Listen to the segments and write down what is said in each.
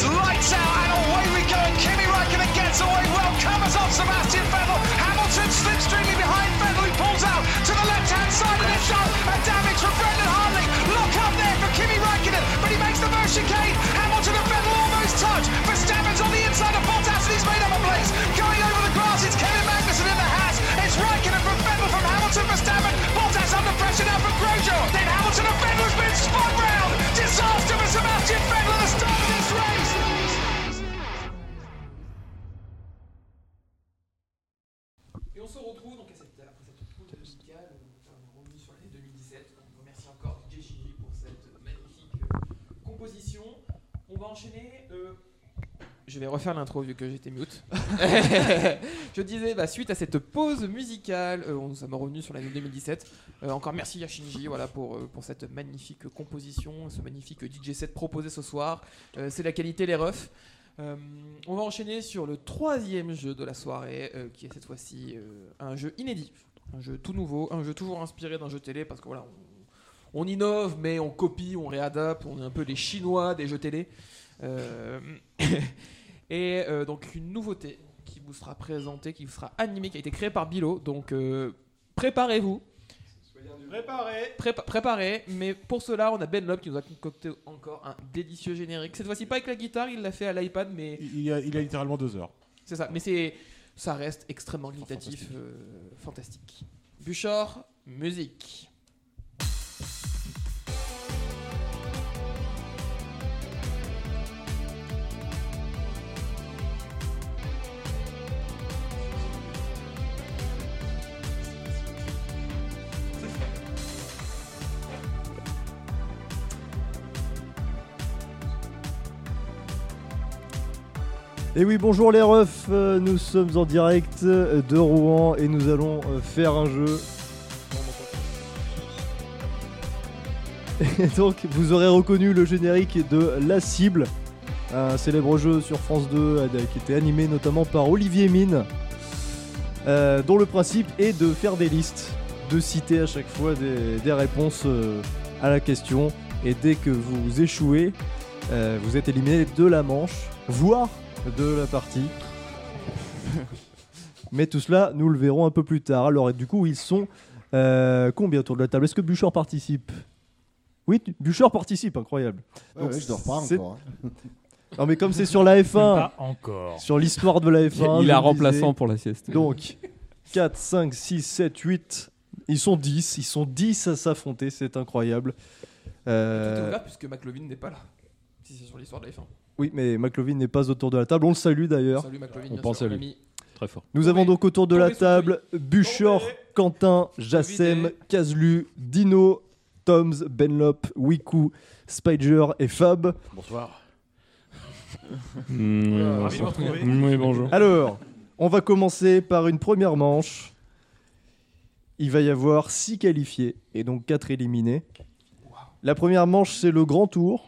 It's lights out and away we go. And Kimi Räikkönen gets away well, covers off Sebastian Vettel. Hamilton slipstreaming behind Vettel, who pulls out to the left-hand side, and it's done. A damage from Brendan Hartley. Lock up there for Kimi Räikkönen, but he makes the first chicane. Hamilton and Vettel almost touch. Verstappen's on the inside of Bottas, and he's made up a place. Going over the grass, it's Kevin Magnussen in the Haas. It's Räikkönen from Vettel, from Hamilton, Verstappen. Bottas under pressure now from Grosjean. Then Hamilton and Vettel has been spun round. Disaster for Sebastian Vettel at the start of this race. Et on se retrouve donc après cette pause musicale, on revenu sur l'année 2017. On remercie encore JJ pour cette magnifique composition. On va enchaîner. Je vais refaire l'intro vu que j'étais mute. Je disais, suite à cette pause musicale, on nous sommes revenus sur l'année 2017. Encore merci à Shinji pour cette magnifique composition, ce magnifique DJ set proposé ce soir. C'est la qualité, les refs. On va enchaîner sur le troisième jeu de la soirée, qui est cette fois-ci un jeu inédit, un jeu tout nouveau, un jeu toujours inspiré d'un jeu télé, parce que voilà, on innove, mais on copie, on réadapte, on est un peu les Chinois des jeux télé. Et donc une nouveauté qui vous sera présentée, qui vous sera animée, qui a été créée par Bilo. Donc préparez-vous. Préparez. Mais pour cela, on a Ben Lop qui nous a concocté encore un délicieux générique. Cette fois-ci pas avec la guitare, il l'a fait à l'iPad, mais il a littéralement 2 heures. C'est ça. Mais ça reste extrêmement qualitatif, fantastique. Buchor, musique. Et oui, bonjour les refs, nous sommes en direct de Rouen et nous allons faire un jeu. Et donc, vous aurez reconnu le générique de La Cible, un célèbre jeu sur France 2 qui était animé notamment par Olivier Mine, dont le principe est de faire des listes, de citer à chaque fois des réponses à la question. Et dès que vous échouez, vous êtes éliminé de la manche, voire de la partie. Mais tout cela, nous le verrons un peu plus tard. Alors, du coup, ils sont combien autour de la table? Est-ce que Buchor participe? Oui, Buchor participe, incroyable. Donc, je dors pas encore. Non, mais comme c'est sur la F1, pas encore. Sur l'histoire de la F1, il a remplaçant pour la sieste. Donc, 4, 5, 6, 7, 8. Ils sont 10 à s'affronter, c'est incroyable. Tout est ouvert puisque McLovin n'est pas là. Si c'est sur l'histoire de la F1. Oui, mais McLovin n'est pas autour de la table. On le salue d'ailleurs. Salut McLovin, on pense à lui. Très fort. Nous avons donc autour de la table Buchor, Quentin, Jassem, Kazlu, Dino, Toms, Benlop, Wiku, Spider et Fab. Bonsoir. Ravi de vous retrouver. Oui, bonjour. Alors, on va commencer par une première manche. Il va y avoir 6 qualifiés et donc 4 éliminés. La première manche, c'est le grand tour.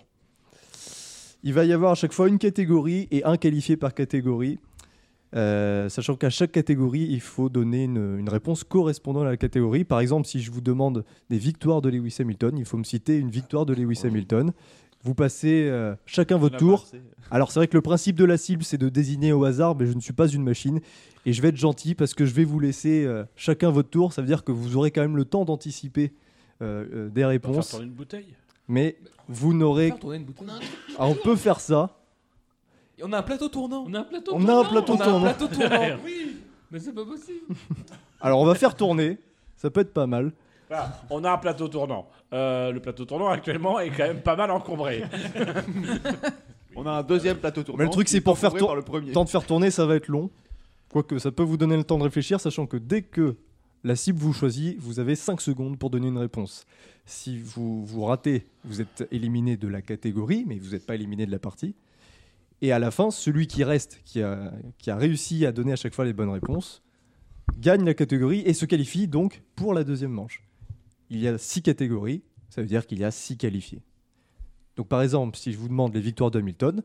Il va y avoir à chaque fois une catégorie et un qualifié par catégorie. Sachant qu'à chaque catégorie, il faut donner une réponse correspondant à la catégorie. Par exemple, si je vous demande des victoires de Lewis Hamilton, il faut me citer une victoire de Lewis Hamilton. Vous passez chacun votre tour. Alors c'est vrai que le principe de la cible, c'est de désigner au hasard, mais je ne suis pas une machine. Et je vais être gentil parce que je vais vous laisser chacun votre tour. Ça veut dire que vous aurez quand même le temps d'anticiper des réponses. On va faire tourner une bouteille. Mais vous n'aurez... Ah, on peut faire ça. Et on a un plateau tournant. On a un plateau tournant. Oui, mais c'est pas possible. Alors on va faire tourner. Ça peut être pas mal. Voilà, on a un plateau tournant. Le plateau tournant actuellement est quand même pas mal encombré. On a un deuxième plateau tournant. Mais le truc c'est pour faire le premier. temps de faire tourner, ça va être long. Quoique ça peut vous donner le temps de réfléchir, sachant que dès que la cible vous choisit, vous avez 5 secondes pour donner une réponse. Si vous ratez, vous êtes éliminé de la catégorie, mais vous n'êtes pas éliminé de la partie. Et à la fin, celui qui reste, qui a réussi à donner à chaque fois les bonnes réponses, gagne la catégorie et se qualifie donc pour la deuxième manche. Il y a 6 catégories, ça veut dire qu'il y a 6 qualifiés. Donc par exemple, si je vous demande les victoires d'Hamilton,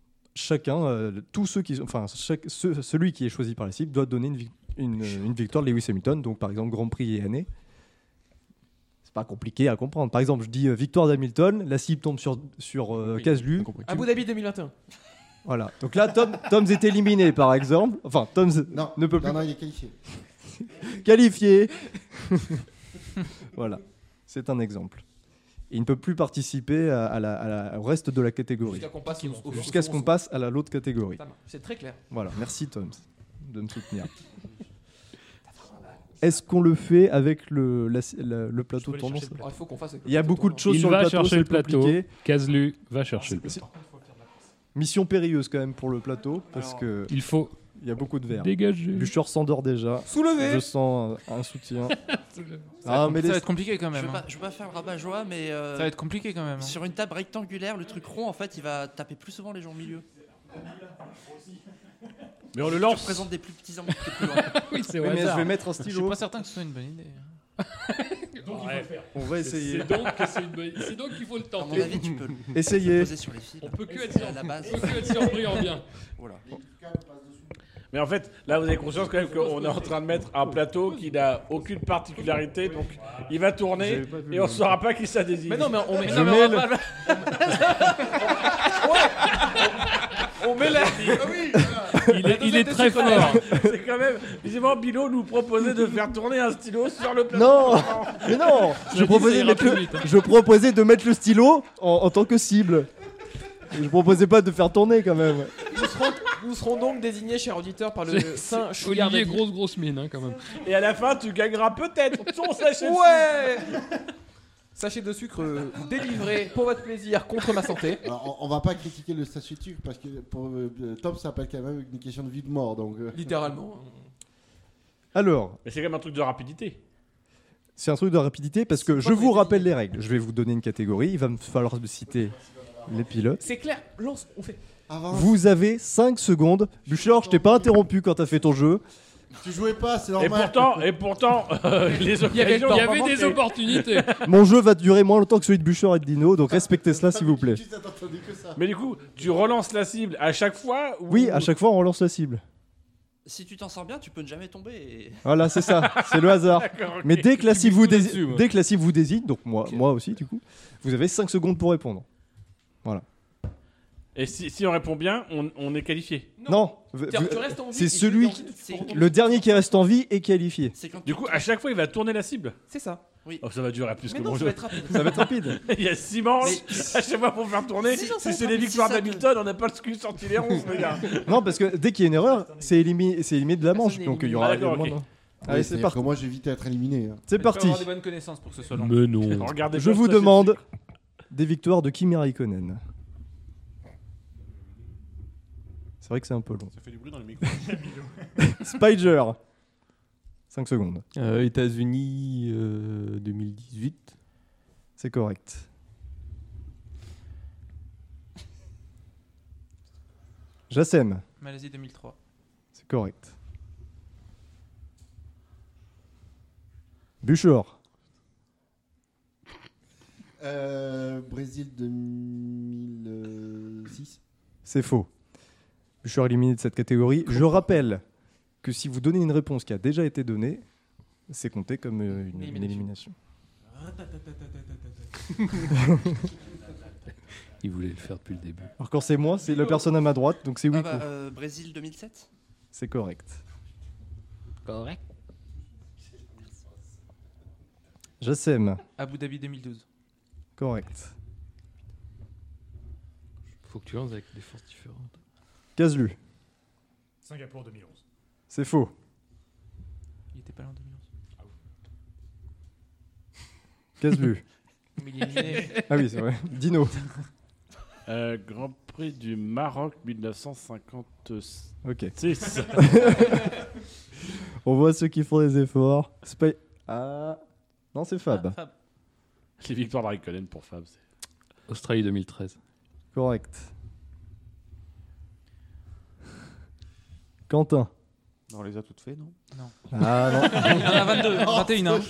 celui qui est choisi par la cible doit donner une victoire de Lewis Hamilton, donc par exemple Grand Prix et année. C'est pas compliqué à comprendre. Par exemple, je dis victoire d'Hamilton, la cible tombe sur Kazlu. Abu Dhabi 2021. Voilà. Donc là, Toms est éliminé, par exemple. Enfin, Toms Non, ne peut plus non, il est qualifié. qualifié. Voilà. C'est un exemple. Il ne peut plus participer au reste de la catégorie. Jusqu'à qu'on passe Jusqu'à ce qu'on passe à l'autre catégorie. Ça marche. C'est très clair. Voilà. Merci, Toms, de me soutenir. Est-ce qu'on le fait avec le plateau peux aller tournant chercher le Il faut qu'on fasse. avec Il y a le beaucoup de plateau choses Il sur le va plateau, chercher c'est le plateau. compliqué. Caselu va chercher le plateau. Mission périlleuse quand même pour le plateau, parce que Il faut il y a beaucoup de verres. dégager. Bûcheur s'endort déjà. Soulevé. Je sens un soutien. Ça mais va être compliqué quand Je même. veux pas faire le rabat-joie, mais Ça va être compliqué quand même. sur une table rectangulaire, le truc rond, en fait, il va taper plus souvent les gens au milieu. Mais on le Tu lance. représentes des plus petits angles que plus loin. Oui, c'est Oui, mais je vais mettre un Je suis stylo. pas certain que ce soit une bonne idée. Donc il faut le faire. On va essayer. C'est donc qu'il faut le À mon avis, tu peux le Essayez. poser sur les fils. On peut que C'est à la base. surpris en bien. Voilà. Mais en fait, là, vous avez conscience quand même qu'on est en train de mettre un plateau qui n'a aucune particularité. Donc, il va tourner et on ne saura pas qui ça désigne. Mais non, mais on met. Je mets le- On met la. Il est très fort. C'est quand même. Visiblement, Bilo nous proposait de faire tourner un stylo sur le plateau. Non, mais non. Je proposais, ça de mettre ira le... plus vite, hein. je proposais de mettre le stylo en tant que cible. Je proposais pas de faire tourner quand même. Nous serons donc désignés, chers auditeurs, par le Saint Sugar Olivier, Daddy. grosse mine hein, quand même. Et à la fin, tu gagneras peut-être ton sachet de Ouais. Sachet de sucre délivré pour votre plaisir contre ma santé. Alors, on va pas critiquer le sachet de sucre parce que pour Tom, ça s'appelle quand même une question de vie de mort. Donc, Littéralement. Alors, Mais c'est quand même un truc de rapidité. c'est un truc de rapidité parce que je vous rappelle les règles. Je vais vous donner une catégorie. Il va me falloir citer les pilotes. C'est clair, lance, on fait. avant, Vous avez 5 secondes. Bouchard, je t'ai pas interrompu quand t'as fait ton jeu. tu jouais pas, c'est Et normal. pourtant, les occasions. Il y avait vraiment des manqué. opportunités. Mon jeu va durer moins longtemps que celui de Bouchard et de Dino, donc respectez cela s'il vous plaît. Tu t'as entendu que ça. Mais du coup, tu relances la cible à chaque fois ou... Oui, à chaque fois on relance la cible. Si tu t'en sors bien, tu peux ne jamais tomber. Et... Voilà, c'est ça, c'est le hasard. D'accord, ok. Mais dès que la cible vous, dessus, moi. dès que la cible vous désigne, donc moi aussi du coup, vous avez 5 secondes pour répondre. Voilà. Et si on répond bien, on est qualifié. Non, Tu restes en vie. c'est et celui tu- C'est le dernier qui reste en vie est qualifié. c'est quand Du coup, à chaque fois, il va tourner la cible. C'est ça. Oh, ça va durer plus Mais que non, mon ça jeu. va être rapide. Ça va être rapide. Il y a 6 manches à chaque fois pour faire tourner. Si, non, ça Si va c'est être des rapide, victoires si ça d'Hamilton, on n'a pas le cul sorti les ronces, les gars. Non, parce que dès qu'il y a une erreur, c'est éliminé de la manche, Personne donc il y n'est aura éliminé. Ah, d'accord, moins, ok. non. Allez, c'est C'est-à-dire parti. que moi, j'ai vite à être éliminé. hein. C'est Il faut parti. avoir des bonnes connaissances pour que ce soit long. Mais non. Regardez Je bien vous ça, c'est- demande des victoires de Kimi Raikkonen. C'est vrai que c'est un peu long. Ça fait du bruit dans le micro. Spider. 5 secondes. États-Unis 2018. C'est correct. Jassem. Malaisie 2003. C'est correct. Buchor. Brésil 2006. C'est faux. Buchor éliminé de cette catégorie. Je rappelle que si vous donnez une réponse qui a déjà été donnée, c'est compté comme une élimination. Il voulait le faire depuis le début. Alors quand c'est moi, c'est la personne à ma droite, donc c'est oui. Ah bah, Brésil 2007. C'est correct. Correct. Jassem. Abu Dhabi 2012. Correct. Faut que tu lances avec des forces différentes. Kazlu. Singapour 2011. C'est faux. Il était pas là en 2011. Kazlu. Mais il est éliminé. Ah oui, c'est vrai. Dino. Grand Prix du Maroc 1956. Ok. 6. On voit ceux qui font des efforts. Ah. Non, c'est Fab. Fab. Les victoires de Raikkonen pour Fab. Australie 2013. Correct. Quentin. On les a toutes faites, non? Ah non. Il y en a 22, 21. Hein.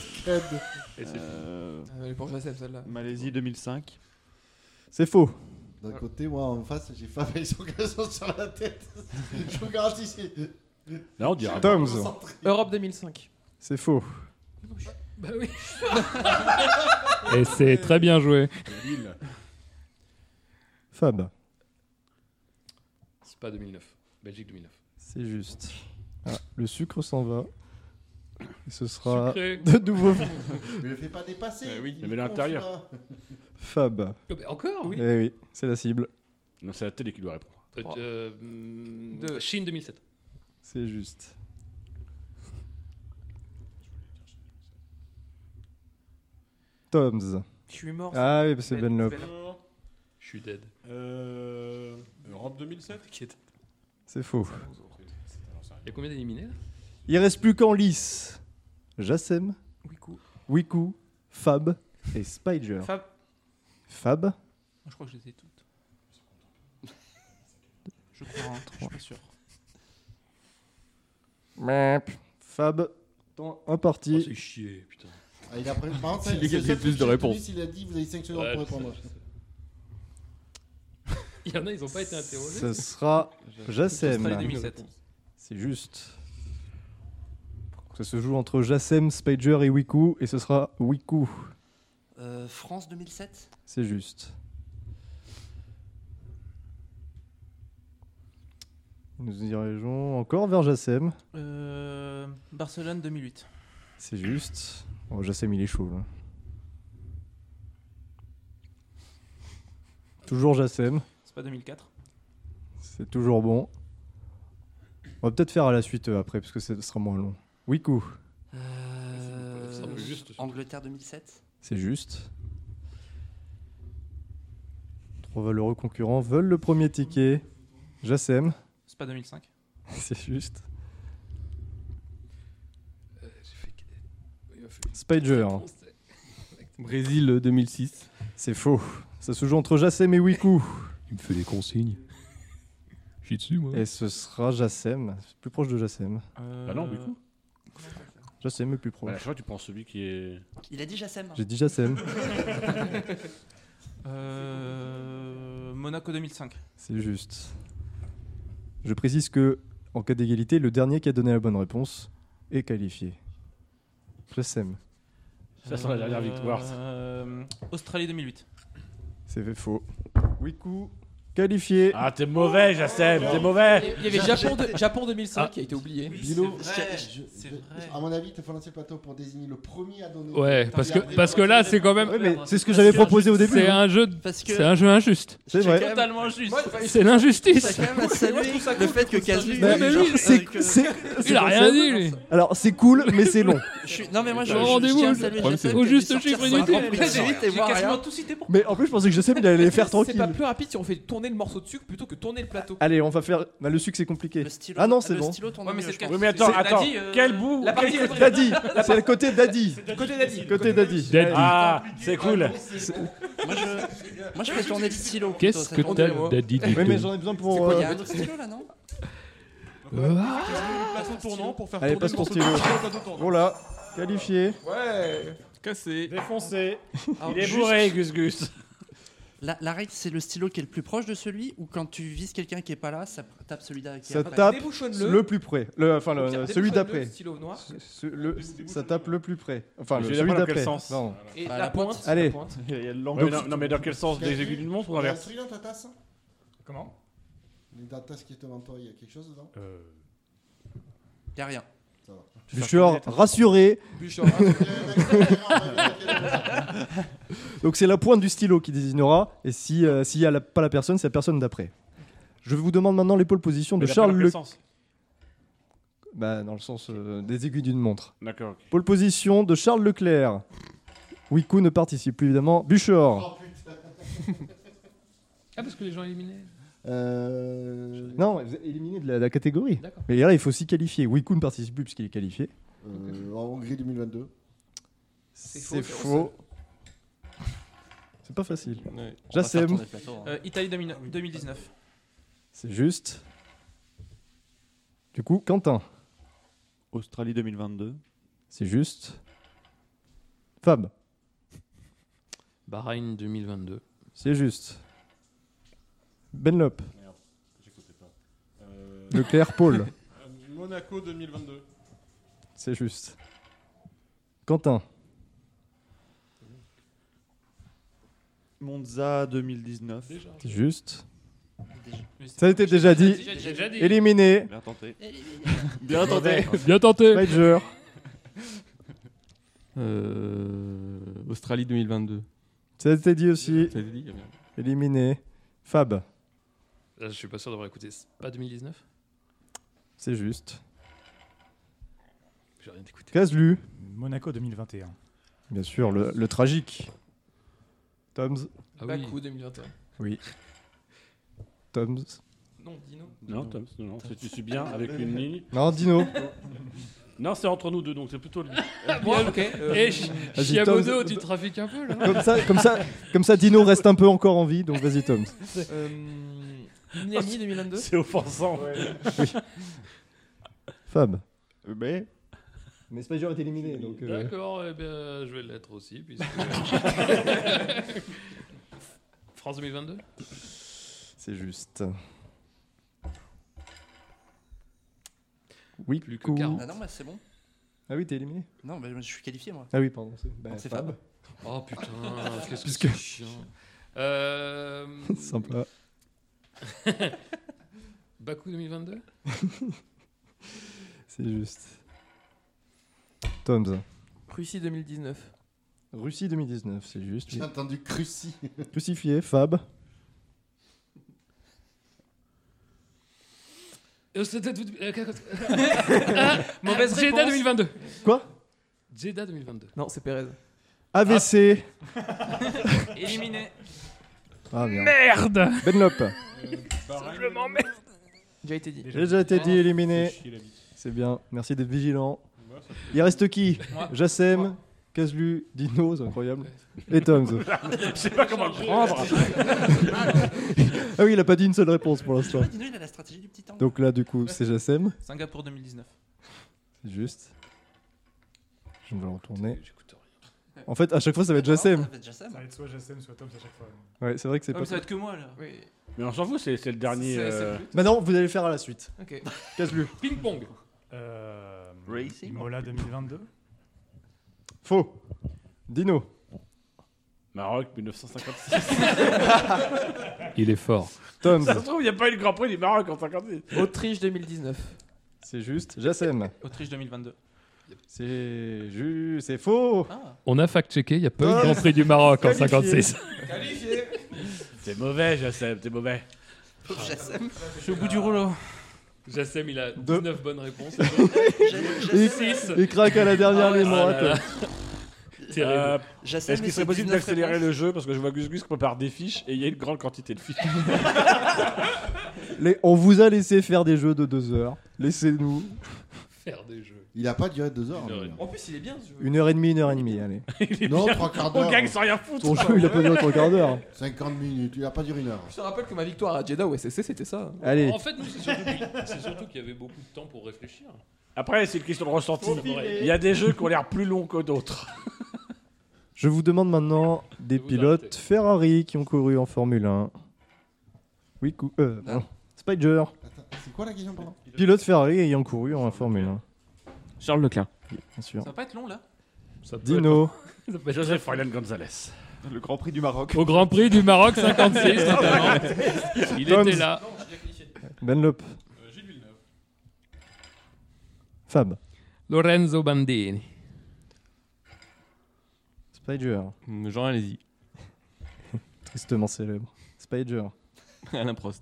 Pour Joseph, celle-là. Malaisie 2005. C'est faux. D'un côté, moi en face, j'ai Fab avec son caleçon sur la tête. Je vous garantis, c'est. Là, on dirait. Toms. Europe 2005. C'est faux. Bah oui. Et c'est très bien joué. Fab. Spa 2009. Belgique 2009. C'est juste. Ah, le sucre s'en va. Et ce sera Sucré. de nouveau Mais le fais pas dépasser. oui. Il est Mais con, l'intérieur. celui-là. Fab. Oh, bah, encore Oui. Eh oui, c'est la cible. Non, c'est la télé qui doit répondre. Chine 2007. C'est juste. Tom's. Je suis mort. Ah oui, c'est Ben Lop. Je suis dead. Europe 2007. C'est faux. Il y a combien d'éliminés là? Il reste plus qu'en lice. Jassem, Wiku, Fab et Spider. Fab. Fab. Je crois que je les ai toutes. Je crois, hein, je suis pas sûr. Fab, temps Oh, imparti. c'est chier, putain. Ah, il a pris. Par contre, C'est lui qui a le seul plus truc de que j'ai réponses. retenu, Il a dit vous avez 5 secondes Ouais, pour je sais, répondre. je sais. Il y en a, ils ont pas été interrogés. Ce sera Jassem. Australie 2007. C'est juste. Ça se joue entre Jassem, Spider et Wiku. Et ce sera Wiku. France 2007. C'est juste. Nous dirigeons encore vers Jassem. Barcelone 2008. C'est juste. Oh, Jassem, il est chaud. Là. Toujours Jassem. C'est pas 2004. C'est toujours bon. On va peut-être faire à la suite après, parce que ce sera moins long. Wiku. Ça sera plus juste. Angleterre 2007. C'est juste. Trois valeureux concurrents veulent le premier ticket. Jassem. C'est pas 2005. C'est juste. J'ai fait... Il a fait... Spider. Brésil 2006. C'est faux. Ça se joue entre Jassem et Wiku. Il me fait des consignes. Je suis dessus, moi. Et ce sera Jassem. C'est plus proche de Jassem. Bah non, du coup. Jassem est plus Bah, à proche. chaque fois, tu prends celui qui est. Il a dit Jassem. J'ai dit Jassem. Monaco 2005. C'est juste. Je précise que, en cas d'égalité, le dernier qui a donné la bonne réponse est qualifié. Jassem. Ça sera la dernière victoire. Australie 2008. C'est fait faux. Wiku, qualifié. Ah, t'es mauvais, Jassem, t'es mauvais. Il y avait Japon 2005 qui a été oublié. Bilo, C'est vrai. à mon avis, il te faut lancer le plateau pour désigner le premier à donner. Ouais, parce que là, c'est quand même... Oui, mais c'est ce que j'avais proposé au début. C'est hein. un jeu, Parce que c'est un jeu injuste. C'est vrai. Totalement juste. C'est l'injustice. c'est quand même à saluer le fait que Casu. Bah, mais lui, Il a rien dit, lui. Alors, c'est cool, mais c'est long. Non mais moi je Rendez-vous, tiens à le saluer problème, Jassem c'est au qui a dû juste sortir chiffre 50 inutile. très vite et J'ai moi quasiment rien. tout cité pour. Mais en plus, je pensais que Jassem, il allait faire C'est tranquille. pas plus rapide si on fait tourner le morceau de sucre plutôt que tourner le plateau. Allez, on va faire. Bah, le sucre, c'est compliqué. Le stylo, Ah non, c'est le bon. stylo tourne Ouais, mais mieux, c'est je le crois. Oui, mais attends, C'est attends. Daddy, Quel bout la partie est Daddy. C'est le côté Daddy. Côté Daddy. Côté Daddy. Daddy. Ah, c'est cool. Moi je fais tourner le stylo. Qu'est-ce plutôt, que ça t'as tourne mieux. Daddy Oui, mais j'en ai besoin pour. Il y a un autre stylo là non Plateau tournant pour faire Allez, tourner passe le ton morceau de stylo. stylo au plateau tournant. Voilà, qualifié. Ouais. Cassé. Défoncé. Alors, Il est juste, bourré, Gus Gus. La règle c'est le stylo qui est le plus proche de celui ou quand tu vises quelqu'un qui est pas là, ça tape celui là qui est Ça après. tape Débouchonne-le. le plus près. Celui d'après. Stylo noir. Ça tape le plus près. Enfin, Je vais celui d'abord dans d'après. quel sens Non. Et Bah, la la pointe. Allez. la pointe. Il y a le langue. Ouais, non, mais dans quel sens? Des aiguilles d'une montre ou Il y a un inverse? truc dans ta tasse. Comment Dans ta tasse qui est devant toi, il y a quelque chose dedans. Y a rien. Ça va. Bûcheur rassuré. Bûcheur. Donc c'est la pointe du stylo qui désignera. Et s'il n'y a pas la personne, c'est la personne d'après. Je vous demande maintenant les pôles position de Mais Charles dans quel Leclerc. sens? Bah, dans le sens des aiguilles d'une montre. D'accord. ok. Pôle position de Charles Leclerc. Wiku ne participe plus évidemment. Bûcheur. Ah, parce que les gens éliminés. Non, vous êtes éliminé de la catégorie. D'accord. Mais là, il faut s'y qualifier. Wiku ne participe plus puisqu'il est qualifié. En Hongrie 2022. C'est faux. C'est pas facile. On va faire Jassem, tourner le plateau, hein. Italie 2019. c'est juste. Du coup, Quentin, Australie 2022. c'est juste. Fab, Bahreïn 2022. c'est juste. Benlop, Leclerc, Paul, Monaco 2022. c'est juste. Quentin, Monza 2019. c'est juste. Ça a été déjà dit. J'ai déjà dit. Éliminé. Bien tenté. Bien tenté. Bien tenté. Spider. Australie 2022. Ça a été dit aussi. Ça a été dit, bien. Éliminé. Fab. Là, je suis pas sûr d'avoir écouté. C'est pas 2019 ? C'est juste. J'ai rien écouté. Caselu. Monaco 2021. Bien sûr, le tragique. Toms. Ah oui. Bakou 2021. Oui. Toms. Non, Dino. Non, Tom, non, tu suis bien avec une ligne. Non, Dino. Non, c'est entre nous deux, donc c'est plutôt lui. Bon, ok. Et Vas-y, Chiamodo, Tom. tu trafiques un peu là. Comme ça, Dino reste un peu encore en vie, donc vas-y, Toms. Miami 2022. C'est offensant. Fab. Mais Spider est éliminé, donc. D'accord, eh bien, je vais l'être aussi. Puisque... France 2022 ? C'est juste. Oui, Plus que coup. 40. Ah non, bah c'est bon. Ah oui, t'es éliminé. Non, bah, je suis qualifié moi. Ah oui, pardon. C'est Fab. Oh putain, qu'est-ce que Puisque- c'est chiant. Sympa. Bakou 2022 ? C'est juste. Toms. Russie 2019. Russie 2019, c'est juste. J'ai entendu Cruci. Crucifié, Fab. Mauvaise Jeddah réponse. 2022. Quoi Jeddah 2022. Non, c'est Perez. AVC. Éliminé. Ah merde. Merde. Benlop. Déjà été dit. J'ai déjà été dit éliminé. C'est bien. Merci d'être vigilant. Il reste qui Moi. Jassem, Caselu, Dino, c'est incroyable. Et Toms. Je sais pas comment le prendre. Ah oui, il a pas dit une seule réponse pour l'instant. Dino, il a la stratégie du petit temps. Donc là, du coup, c'est Jassem. Singapour 2019. C'est juste. Je vais le retourner. J'écoute rien. En fait, à chaque fois, ça va être Jassem. Ça va être Jassem. Ça va être soit Jassem, soit Tom à chaque fois. Ouais, c'est vrai que c'est Oh, pas. mais ça va être que moi là. Oui. Mais on s'en fout, c'est le dernier. C'est le but. Maintenant, vous allez le faire à la suite. Ok. Caselu. Ping-pong. Racing. Imola 2022. Faux. Dino. Maroc 1956. Il est fort. Toms. Ça se trouve, il n'y a pas eu le Grand Prix du Maroc en 56. Autriche 2019. C'est juste. Jassem. Autriche 2022. C'est juste. C'est faux. Ah. On a fact-checké, il n'y a pas eu de Grand Prix du Maroc en Qualifié. 56. C'est mauvais, Jassem, c'est mauvais. Pauvre Jassem. Je suis au bout du rouleau. Jassem, il a Deux. 19 bonnes réponses. Il craque à la dernière ligne droite. Euh, Jassem Est-ce qu'il et serait ses possible 19 d'accélérer réponses. le jeu parce que je vois Gus Gus prépare des fiches et il y a une grande quantité de fiches. On vous a laissé faire des jeux de 2 heures. Laissez-nous. Faire des jeux. Il a pas duré 2 heures. Une heure et hein. En plus, il est bien ce jeu. 1h30, allez. Il est Non, bien. 3 quarts On d'heure. gagne sans rien foutre. Ton jeu, il a pas duré 3 quarts d'heure. 50 minutes. Il a pas duré 1 heure. Je te rappelle que ma victoire à Jeddah au SSC, c'était ça. Allez. En fait, nous, c'est surtout qu'il y avait beaucoup de temps pour réfléchir. Après, c'est une question de ressenti. filer. Il y a des jeux qui ont l'air plus longs que d'autres. Je vous demande maintenant des Vous pilotes arrêtez. Ferrari qui ont couru en Formule 1. Oui, pardon. Spider. Attends, c'est quoi la question, pardon? Pilote Ferrari ayant couru en Formule 1. Charles Leclerc. Bien sûr. Ça va pas être long là. Ça peut Dino. Joseph Froilan Gonzalez. Le Grand Prix du Maroc. Au Grand Prix du Maroc 56 notamment. Il Tom. était là. Benlop. Gilles Villeneuve. Fab. Lorenzo Bandini. Spider. Jean Alési. Tristement célèbre. Spider. Alain Prost.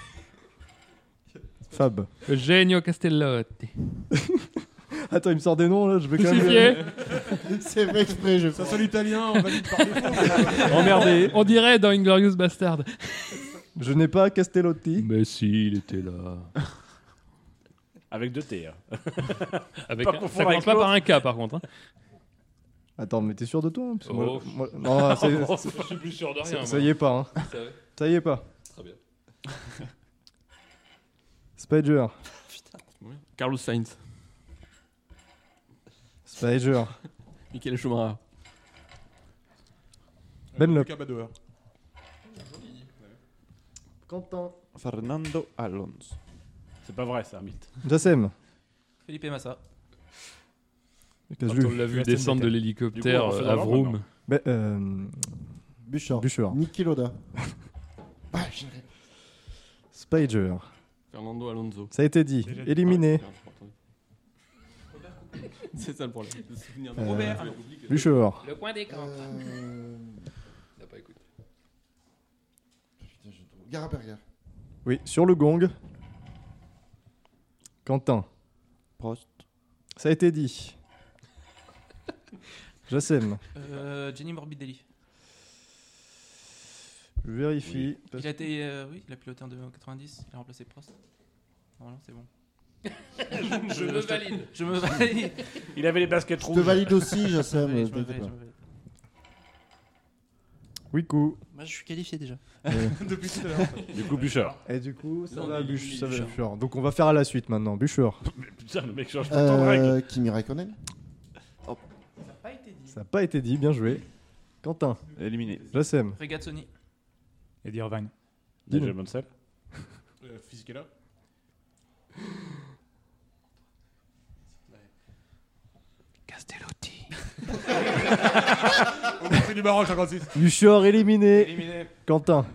Fab. Eugenio Castellotti. Attends, il me sort des noms là, je vais quand même. Crucifié. C'est fait exprès, je Ça pense. soit l'italien, on valide par défaut. Emmerdé. On dirait dans Inglorious Bastard. Je n'ai pas Castellotti. Mais si, il était là. Avec 2 T. hein. Avec Pas un- confondre Ça commence avec pas l'autre. par un K par contre. Hein. Attends, mais t'es sûr de toi hein, parce que Oh. Non, Je suis plus sûr de rien. ça y est pas. Hein. Ça va. Ça y est pas. Très bien. Spider. Carlos Sainz. Spider. Michael Schumacher. Benlop. Cabador. Quentin. Fernando Alonso. C'est pas vrai, c'est un mythe. Jassem. Philippe Massa. Quand on l'a vu Aston descendre de Martin. l'hélicoptère Du coup, on fait à dans Vroom. l'ordre, Bouchard. Bouchard. Niki Loda. Spider. Fernando Alonso. Ça a été dit. Déjà dit. Éliminé. C'est ça le problème. De se souvenir de Robert. Bûcheur. Le coin des camps. T'as pas écouté. Putain, je trouve. Garaberger. Oui, sur le gong. Quentin. Prost. Ça a été dit. Jassem. Jenny Morbidelli. Je vérifie. Il a été, oui, il a piloté en 90. Il a remplacé Prost. Normalement, c'est bon. Je me valide. Je me valide. Il avait les baskets Je rouges. te valide aussi, Jassem. Je me t'inquiète valide, pas. je me valide. Wikou. Moi, je suis qualifié déjà. Depuis tout à l'heure. Du coup, Bûcheur. Et du coup, ça Non, va, il est Bûcheur. Bûcheur. Donc on va faire à la suite maintenant. Bûcheur. Mais putain, le mec change tout le temps de règle. Kimi Raikkonen. Ça n'a pas été dit. Ça n'a pas été dit, bien joué. Quentin. Éliminé. Jassem. Regazzoni. Eddie Irvine. DJ Mansell. Fisichella. Castellotti. On a fait du Maroc 56. Bûcheur éliminé. Éliminé. Quentin.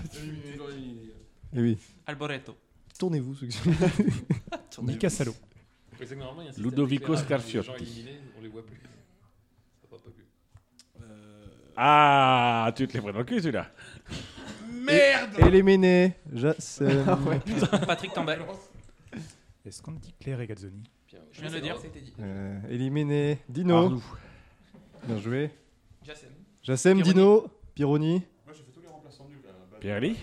Eh oui. Alboreto. Tournez-vous, ceux qui Mika Salo. C'est que normalement, il y a un système Ludovico d'éclairage, Scarfiotti. Les gens éliminés, on les voit plus. Ça va pas plus. Ah, tu te l'es pris dans le cul celui-là. Merde. Éliminé. Jassem. Patrick Tambay. Est-ce qu'on dit Claire Regazzoni? Je viens de le dire. C'était dit. Éliminé. Dino. Arnoux. Bien joué. Jassem. Jassem, Pironi. Dino. Pironi. Moi, j'ai fait tous les remplaçants nuls. Pirelli.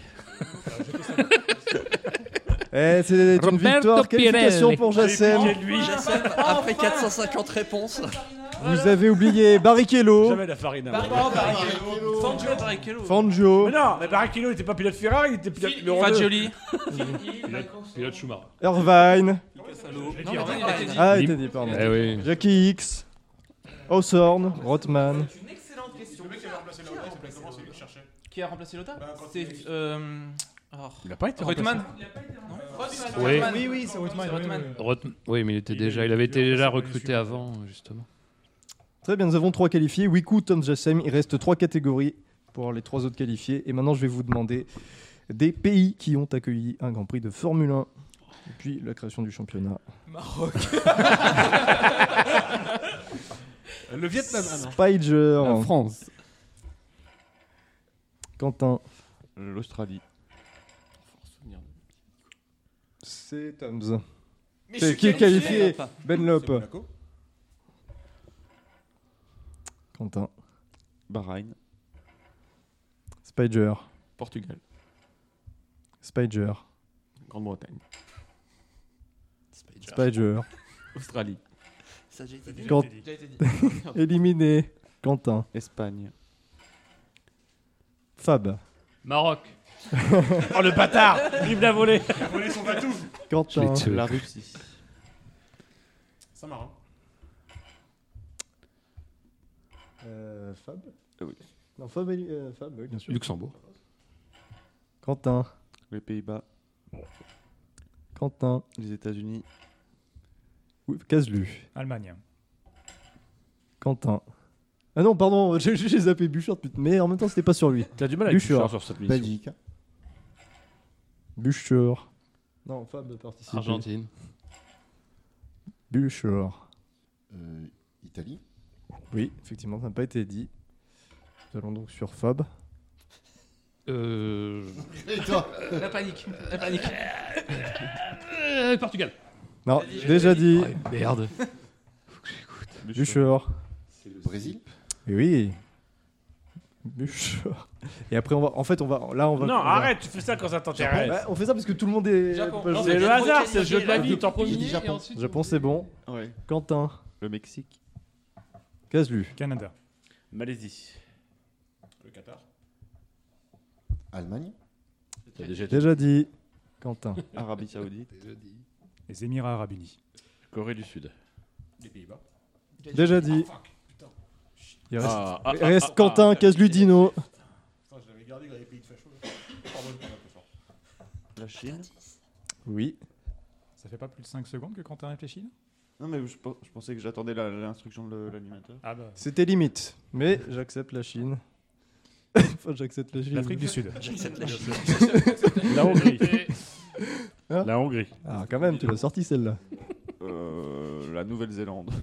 Eh, c'est une Roberto victoire. Qualification pour Jassem. Jassem, après 450 réponses. Vous avez oublié Barrichello. Jamais la farina. Fangio Barrichello. Fangio. Mais non, mais Barrichello il était pas pilote Ferrari, il était pilote numéro 2. Fagioli. Pilote Schumacher. Irvine. Non, mais il a été dit. Ah, il t'a dit, pardon. Eh oui. Jackie X. Hawthorne. Rothman. C'est une excellente question. Qui a remplacé Lothar C'est. Il a pas été Reutemann. Oui. Oui, c'est Rothman. Oui, mais il avait été déjà recruté avant, justement. Très bien, nous avons 3 qualifiés. Wikou, Tom, Jassem. Il reste 3 catégories pour les 3 autres qualifiés. Et maintenant, je vais vous demander des pays qui ont accueilli un Grand Prix de Formule 1 depuis la création du championnat. Maroc. Le Vietnam. Spider. La France. Quentin. L'Australie. C'est Tom's. C'est qui est qualifié? Benlop. Quentin. Bahreïn. Spider. Portugal. Spider. Grande-Bretagne. Spider. Australie. Ça, j'ai été dit. Quant- Déjà été dit. Éliminé. Quentin. Espagne. Fab. Maroc. Oh le bâtard. Il me l'a volé. Quentin. La Russie. Ça marche. Fab. Oui. Non, Fab, Fab, oui, bien sûr. Luxembourg. Quentin. Les Pays-Bas. Quentin. Les États-Unis. Oui, Caselu. Allemagne. Quentin. Ah non, pardon, j'ai zappé Bûcheur, mais en même temps, c'était pas sur lui. T'as du mal avec Bûcheur. Bûcheur sur cette mission. Belgique. Bûcheur. Non, Fab participe. Argentine. Bûcheur. Italie. Oui, effectivement, ça n'a pas été dit. Nous allons donc sur Fab. Et toi? La panique. La panique. Portugal. Non, déjà dit. Merde. Bûcheur. Brésil. Oui. Bûcheur. Et après, on va. En fait, on va. Là, on va. Non, on va- arrête, tu fais ça quand ça t'intéresse. Ouais, on fait ça parce que tout le monde est. Japon. pas Non, joué. C'est le hasard, c'est le jeu de la vie. J'ai dit Japon. Japon, c'est bon. Ouais. Quentin. Le Mexique. Caselu. Canada. Malaisie. Le Qatar. Allemagne. T'as déjà dit. Déjà dit. Quentin. Arabie Saoudite. Les Émirats Arabes Unis. Corée du Sud. Les Pays-Bas. Déjà dit. Fuck. Putain. Il reste, Ah, il reste Quentin, Caselu, Dino. Putain, je l'avais gardé dans les pays de facho. Pardon, je parle un peu fort. La Chine. Oui. Ça fait pas plus de 5 secondes que Quentin réfléchit là? Non, mais je pensais que j'attendais l'instruction de l'animateur. Ah bah. C'était limite. Mais j'accepte la Chine. Enfin, j'accepte la Chine. L'Afrique du Sud. J'accepte la Chine. La Hongrie. Hein La Hongrie. Ah, quand même, tu l'as sorti celle-là. La Nouvelle-Zélande.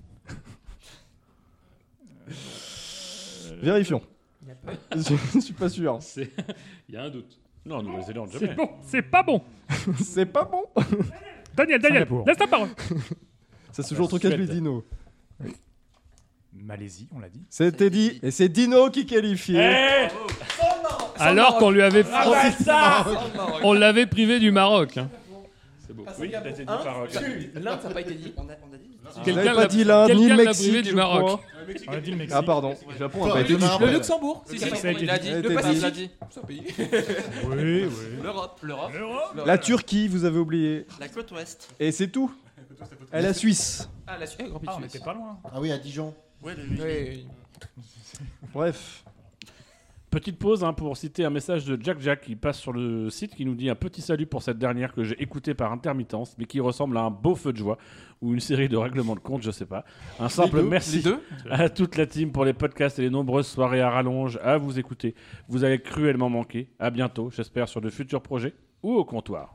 Vérifions. Il y a pas- Je suis pas sûr. Il y a un doute. Non, Nouvelle-Zélande, C'est jamais. bon, c'est pas bon. C'est pas bon. Daniel, Singapour. laisse ta parole. Ça se joue entre Caslu et Suède. Dino. Malaisie, on l'a dit. C'était dit. Et c'est Dino qui qualifiait. Alors qu'on lui avait, bâtard on l'avait privé du Maroc. hein. C'est beau. Ah, Oui, Singapour. t'as été dit Un, par l'Inde, ça n'a pas été dit. On a dit. Vous Quelqu'un n'avez pas l'a- dit l'Inde ni quelqu'un le l'a privé Mexique, du je Maroc. crois. On a dit le Mexique. Ah pardon. Le Japon n'a pas été dit. Le Luxembourg. Si, Ça si, a pas été il l'a dit. dit. Elle Le était Pacifique, dit. il l'a dit. C'est un pays. Oui, oui. L'Europe. La Turquie, vous avez oublié. La côte ouest. Et c'est tout. Et la Suisse. Ah, la Suisse. Grand Ah, on Suisse. était pas loin. Ah oui, à Dijon. Ouais, Oui. Bref. Petite pause pour citer un message de Jack qui passe sur le site qui nous dit un petit salut pour cette dernière que j'ai écoutée par intermittence mais qui ressemble à un beau feu de joie ou une série de règlements de compte, je sais pas. Un simple merci Les deux. à toute la team pour les podcasts et les nombreuses soirées à rallonge à vous écouter. Vous avez cruellement manqué. À bientôt, j'espère sur de futurs projets ou au comptoir.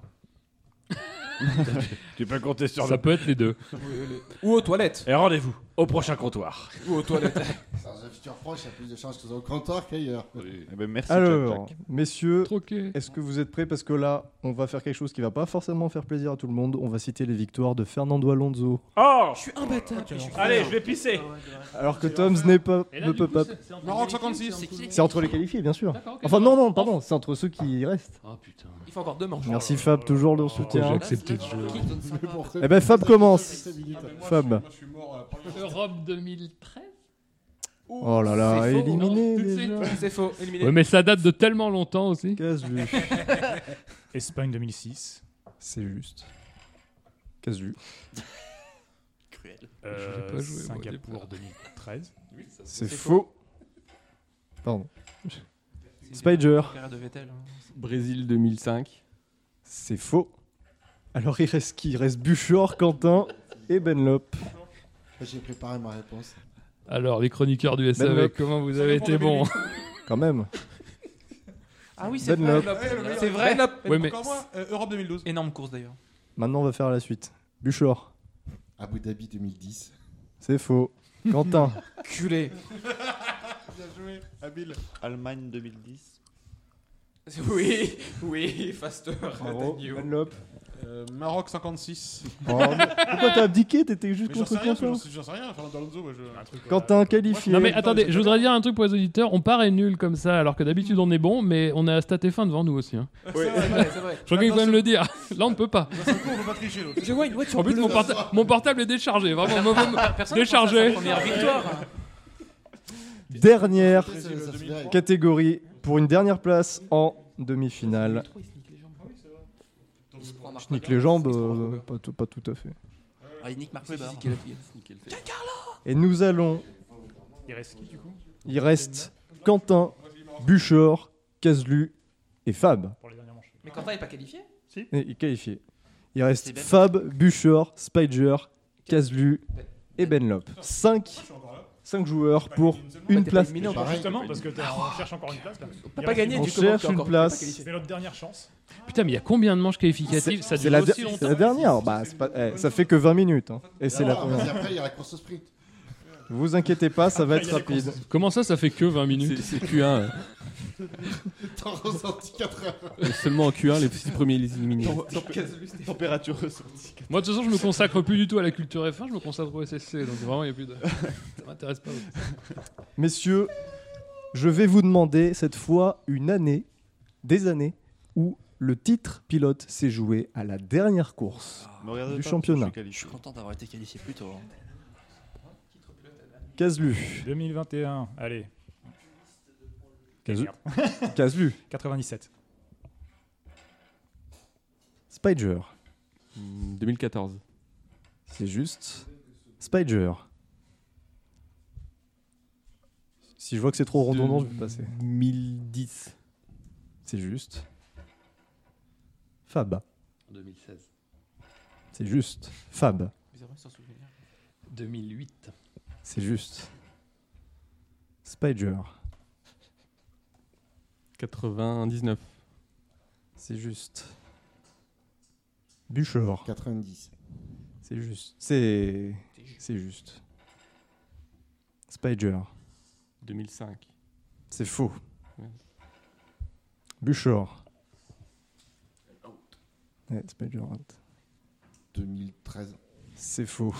Tu peux compter sur Ça nous. peut être les deux. Ou aux toilettes. Et rendez-vous au prochain comptoir. Ou aux toilettes. Dans un futur proche, il y a plus de chances que ce soit au comptoir qu'ailleurs. Eh ben, merci, Alors, Jack. messieurs, Troqué. est-ce que vous êtes prêts? Parce que là, on va faire quelque chose qui va pas forcément faire plaisir à tout le monde. On va citer les victoires de Fernando Alonso. Oh, Je suis imbattable. allez, je vais pisser. Alors que Toms ne peut pas. Maroc 56. C'est qui C'est entre les qualifiés, bien sûr. Enfin, non, pardon, c'est entre ceux qui restent. Oh putain. Il faut encore 2 manches. Merci Fab, toujours le soutien. J'ai accepté de jouer. Eh ben, Fab commence. Fab. Moi, je suis mort à la première. Europe 2013. Oh là là, C'est faux, éliminé tout de déjà. C'est faux. Éliminé. Ouais, mais ça date de tellement longtemps aussi. Casse-lu. Espagne 2006. C'est juste. Casse-lu. Cruel. Je l'ai pas joué, moi, au Singapour 2013. C'est faux. Pardon. Spider. Carrière de Vettel. hein. Brésil 2005. C'est faux. Alors il reste qui? Il reste Buchor, Quentin et Benlop. J'ai préparé ma réponse. Alors, les chroniqueurs du SAV, Benlop. comment vous avez été bons. Quand même. Ah oui, c'est Benlop. vrai. C'est vrai. Ouais, mais Encore moi, Europe 2012. Énorme course d'ailleurs. Maintenant on va faire la suite. Buchor. Abu Dhabi 2010. C'est faux. Quentin. Culé. Bien joué, habile. Allemagne 2010. Oui, faster. Bravo. Thank you. Benlop. Maroc 56. Oh, mais pourquoi t'as abdiqué? T'étais juste Mais j'en sais contre rien, Quentin. j'en sais rien. Fernando Alonso, moi, je. Quentin qualifié. Non mais attendez, je voudrais dire un truc pour les auditeurs, on paraît nul comme ça alors que d'habitude on est bon, mais on a Stat F1 devant nous aussi. Hein. C'est vrai, c'est vrai. Je crois qu'il faut quand même le dire. Là on ne peut pas. Dans un coup, on peut pas tricher l'autre. Je vois une voiture En plus bleue. mon portable est déchargé, vraiment Personne déchargé. ne pense à sa première victoire. Dernière Ça se verrait. catégorie pour une dernière place en demi-finale. Je nique les jambes, pas tout à fait. Ah, il nique Marc Weber. Et nous allons. Il reste qui du coup? Il reste Quentin, Buchor, Caslu et Fab. Pour les dernières manches. Mais Quentin n'est pas qualifié. Et qualifié. Il reste C'est Ben. Fab, Buchor, Spider, Caslu et Benlop. 5 joueurs pour une t'es place. pas éliminé encore. Pareil. Justement, parce que on cherche encore une place là. T'as pas gagné On du coup. cherche une place. C'est notre dernière chance. Putain mais il y a combien de manches qualificatives? Ça C'est dure la, aussi c'est longtemps. la dernière. Bah, c'est pas- ça fait que 20 minutes. Hein. Et c'est la Non, première. mais après, il y a la course au sprint. Vous inquiétez pas, ça va être rapide. Comment ça fait que 20 minutes? C'est Q1. T'en ressenti 4 heures. Seulement en Q1, les 6 premiers les éliminés. Température ressentie. Moi de toute façon je me consacre plus du tout à la culture F1, je me consacre au SSC, donc vraiment il n'y a plus de... Ça m'intéresse pas. Messieurs, je vais vous demander cette fois des années, où le titre pilote s'est joué à la dernière course Me regardez du pas, championnat. je suis Je suis qualifié. content d'avoir été qualifié plus tôt. hein. Caslu. 2021, allez. Caslu. Caslu. 97. Spider. 2014. C'est juste. Spider. Si je vois que c'est trop redondant, je vais passer. 2010. C'est juste. Fab. 2016. C'est juste. Fab. 2008. C'est juste. Spider. 99. C'est juste. Buchor. 90. C'est juste. C'est juste. Spider. 2005. C'est faux. Buchor. Ouais, Spider out. 2013. C'est faux.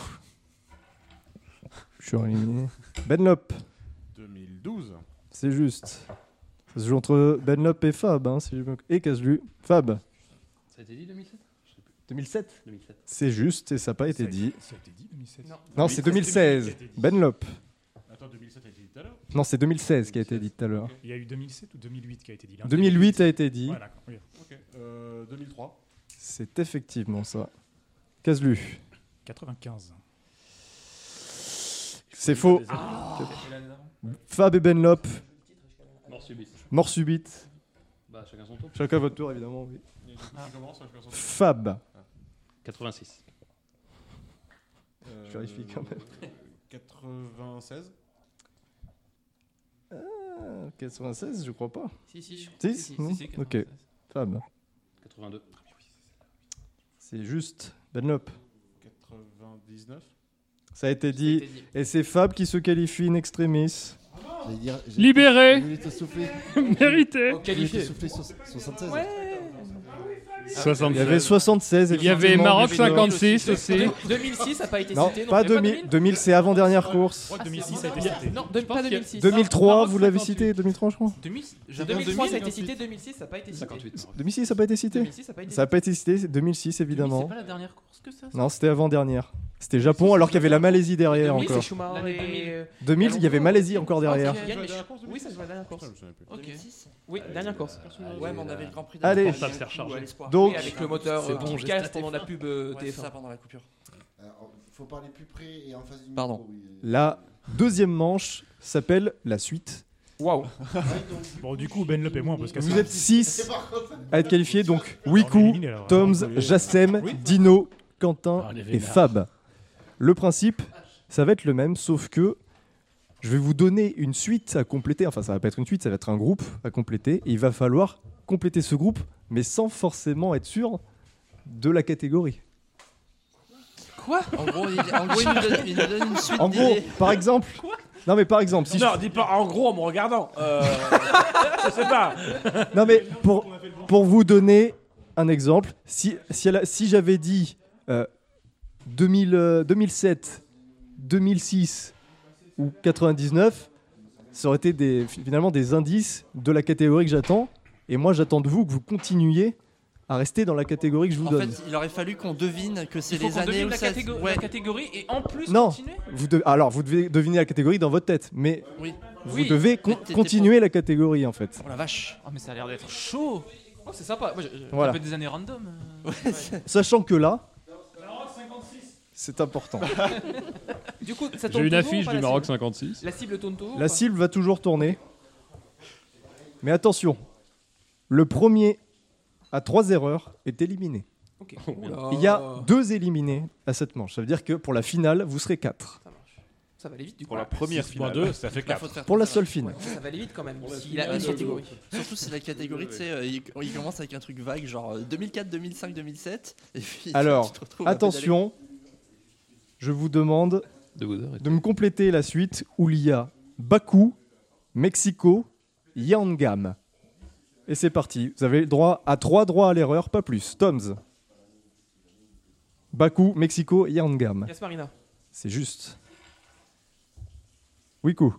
Buchor éliminé. Benlop. 2012. C'est juste. Ça se joue entre Benlop et Fab, hein, si je me... et Caselu. Fab. Ça a été dit 2007 2007 2007. C'est juste et ça n'a pas été dit. Ça a été dit 2007. Non, c'est 2016. Benlop. Attends, 2007 a été dit tout à l'heure. Non, c'est 2016 qui a été dit tout à l'heure. Il y a eu 2007 ou 2008 qui a été dit. 2008 a été dit. Ouais, d'accord. Oui. Ok. 2003. C'est effectivement ça. Caselu. 95. C'est faux. Fab et Benlop. Mort subite. Mort subite. Bah, chacun son tour. Chacun votre tour, évidemment. Oui. Commence, chacun son tour. Fab. 86. Je vérifie quand même. 96. 96, je crois pas. Si. Non Ok. Fab. 82. C'est juste. Benlop. 99. Ça a été dit. Et c'est Fab qui se qualifie in extremis. Libéré. Je voulais te souffler. Mérité. Je voulais te souffler 76. Ouais. 76. Il y avait 76. Il y avait Maroc 56 aussi. 2006 n'a pas été Non, cité. pas 2000. 2000, c'est avant-dernière course. Je crois que 2006 a été cité. Non, pas 2006. 2003, vous l'avez cité. 2003, je crois. 2003 ça a été cité, 2006 ça n'a pas été cité. 58. 2006, ça n'a pas été cité. 2006 ça n'a pas été Ça n'a pas été cité. C'est 2006, évidemment. C'est pas la dernière course que ça. Non, c'était avant-dernière. C'était Japon, alors qu'il y avait la Malaisie derrière 2000 c'est encore. Schumacher. 2000, il y avait Malaisie encore derrière. Oui, ça se voit la dernière course. Ok. Oui, dernière course. Ouais, mais on avait le Grand Prix Allez. d'Allemagne. Ça me fait recharger. Donc, Oui, avec le moteur c'est bon, qui j'ai casse staté pendant la pub Ouais, c'est TF1. ça pendant la coupure. Faut parler plus près et en face du micro. Pardon. oui. la deuxième manche s'appelle la suite. Waouh. Bon, du coup, Benlop et moi, on peut se casser. Vous êtes 6 à être qualifiés, donc On Wiku, élimine, alors. Toms, Jassem, Dino, Quentin Ah, les et vénards. Fab. Le principe, ça va être le même, sauf que je vais vous donner une suite à compléter. Enfin, ça va pas être une suite, ça va être un groupe à compléter. Et il va falloir compléter ce groupe, mais sans forcément être sûr de la catégorie. Quoi? En gros, il nous donne une suite En gros, d'idées. par exemple... Non, mais par exemple, si Non, dis pas en gros en me regardant. Je sais pas. Non mais pour vous donner un exemple, si j'avais dit 2007, 2006 ou 99, ça aurait été finalement des indices de la catégorie que j'attends. Et moi j'attends de vous que vous continuiez à rester dans la catégorie que je vous En donne. fait, il aurait fallu qu'on devine que c'est Il faut les qu'on années devine où la, ça... la catégorie et en plus Non, continuer. alors vous devez deviner la catégorie dans votre tête, mais Oui. vous Oui. devez T'étais continuer la catégorie en fait. Oh la vache. Oh mais ça a l'air d'être chaud. Oh c'est sympa. Moi, Voilà. un peu des années random. Sachant que là, c'est important. Du coup, ça J'ai tourne une toujours ou affiche pas, du la Maroc cible 56. La cible tourne toujours. ou La pas cible va toujours tourner. Mais attention, le premier à 3 erreurs est éliminé. Ok. Il y a 2 éliminés à cette manche. Ça veut dire que pour la finale, vous serez 4. Ça marche. Ça va aller vite du coup. Pour la première 6 moins finale. 2, ça fait Là, faut 4. te faire Pour la plaisir. seule finale. Ça va aller vite quand même. Pour la S'il a finale, une catégorie. Surtout si la catégorie, tu sais, il commence avec un truc vague, genre 2004, 2005, 2007. Et puis, Alors, tu te retrouves à pédaler. attention, je vous demande De vous arrêter. de me compléter la suite où il y a Bakou, Mexico, Yangam. Et c'est parti. Vous avez le droit à 3 droits à l'erreur, pas plus. Toms. Bakou, Mexico, Yangam. Yasmarina. C'est juste. Wiku.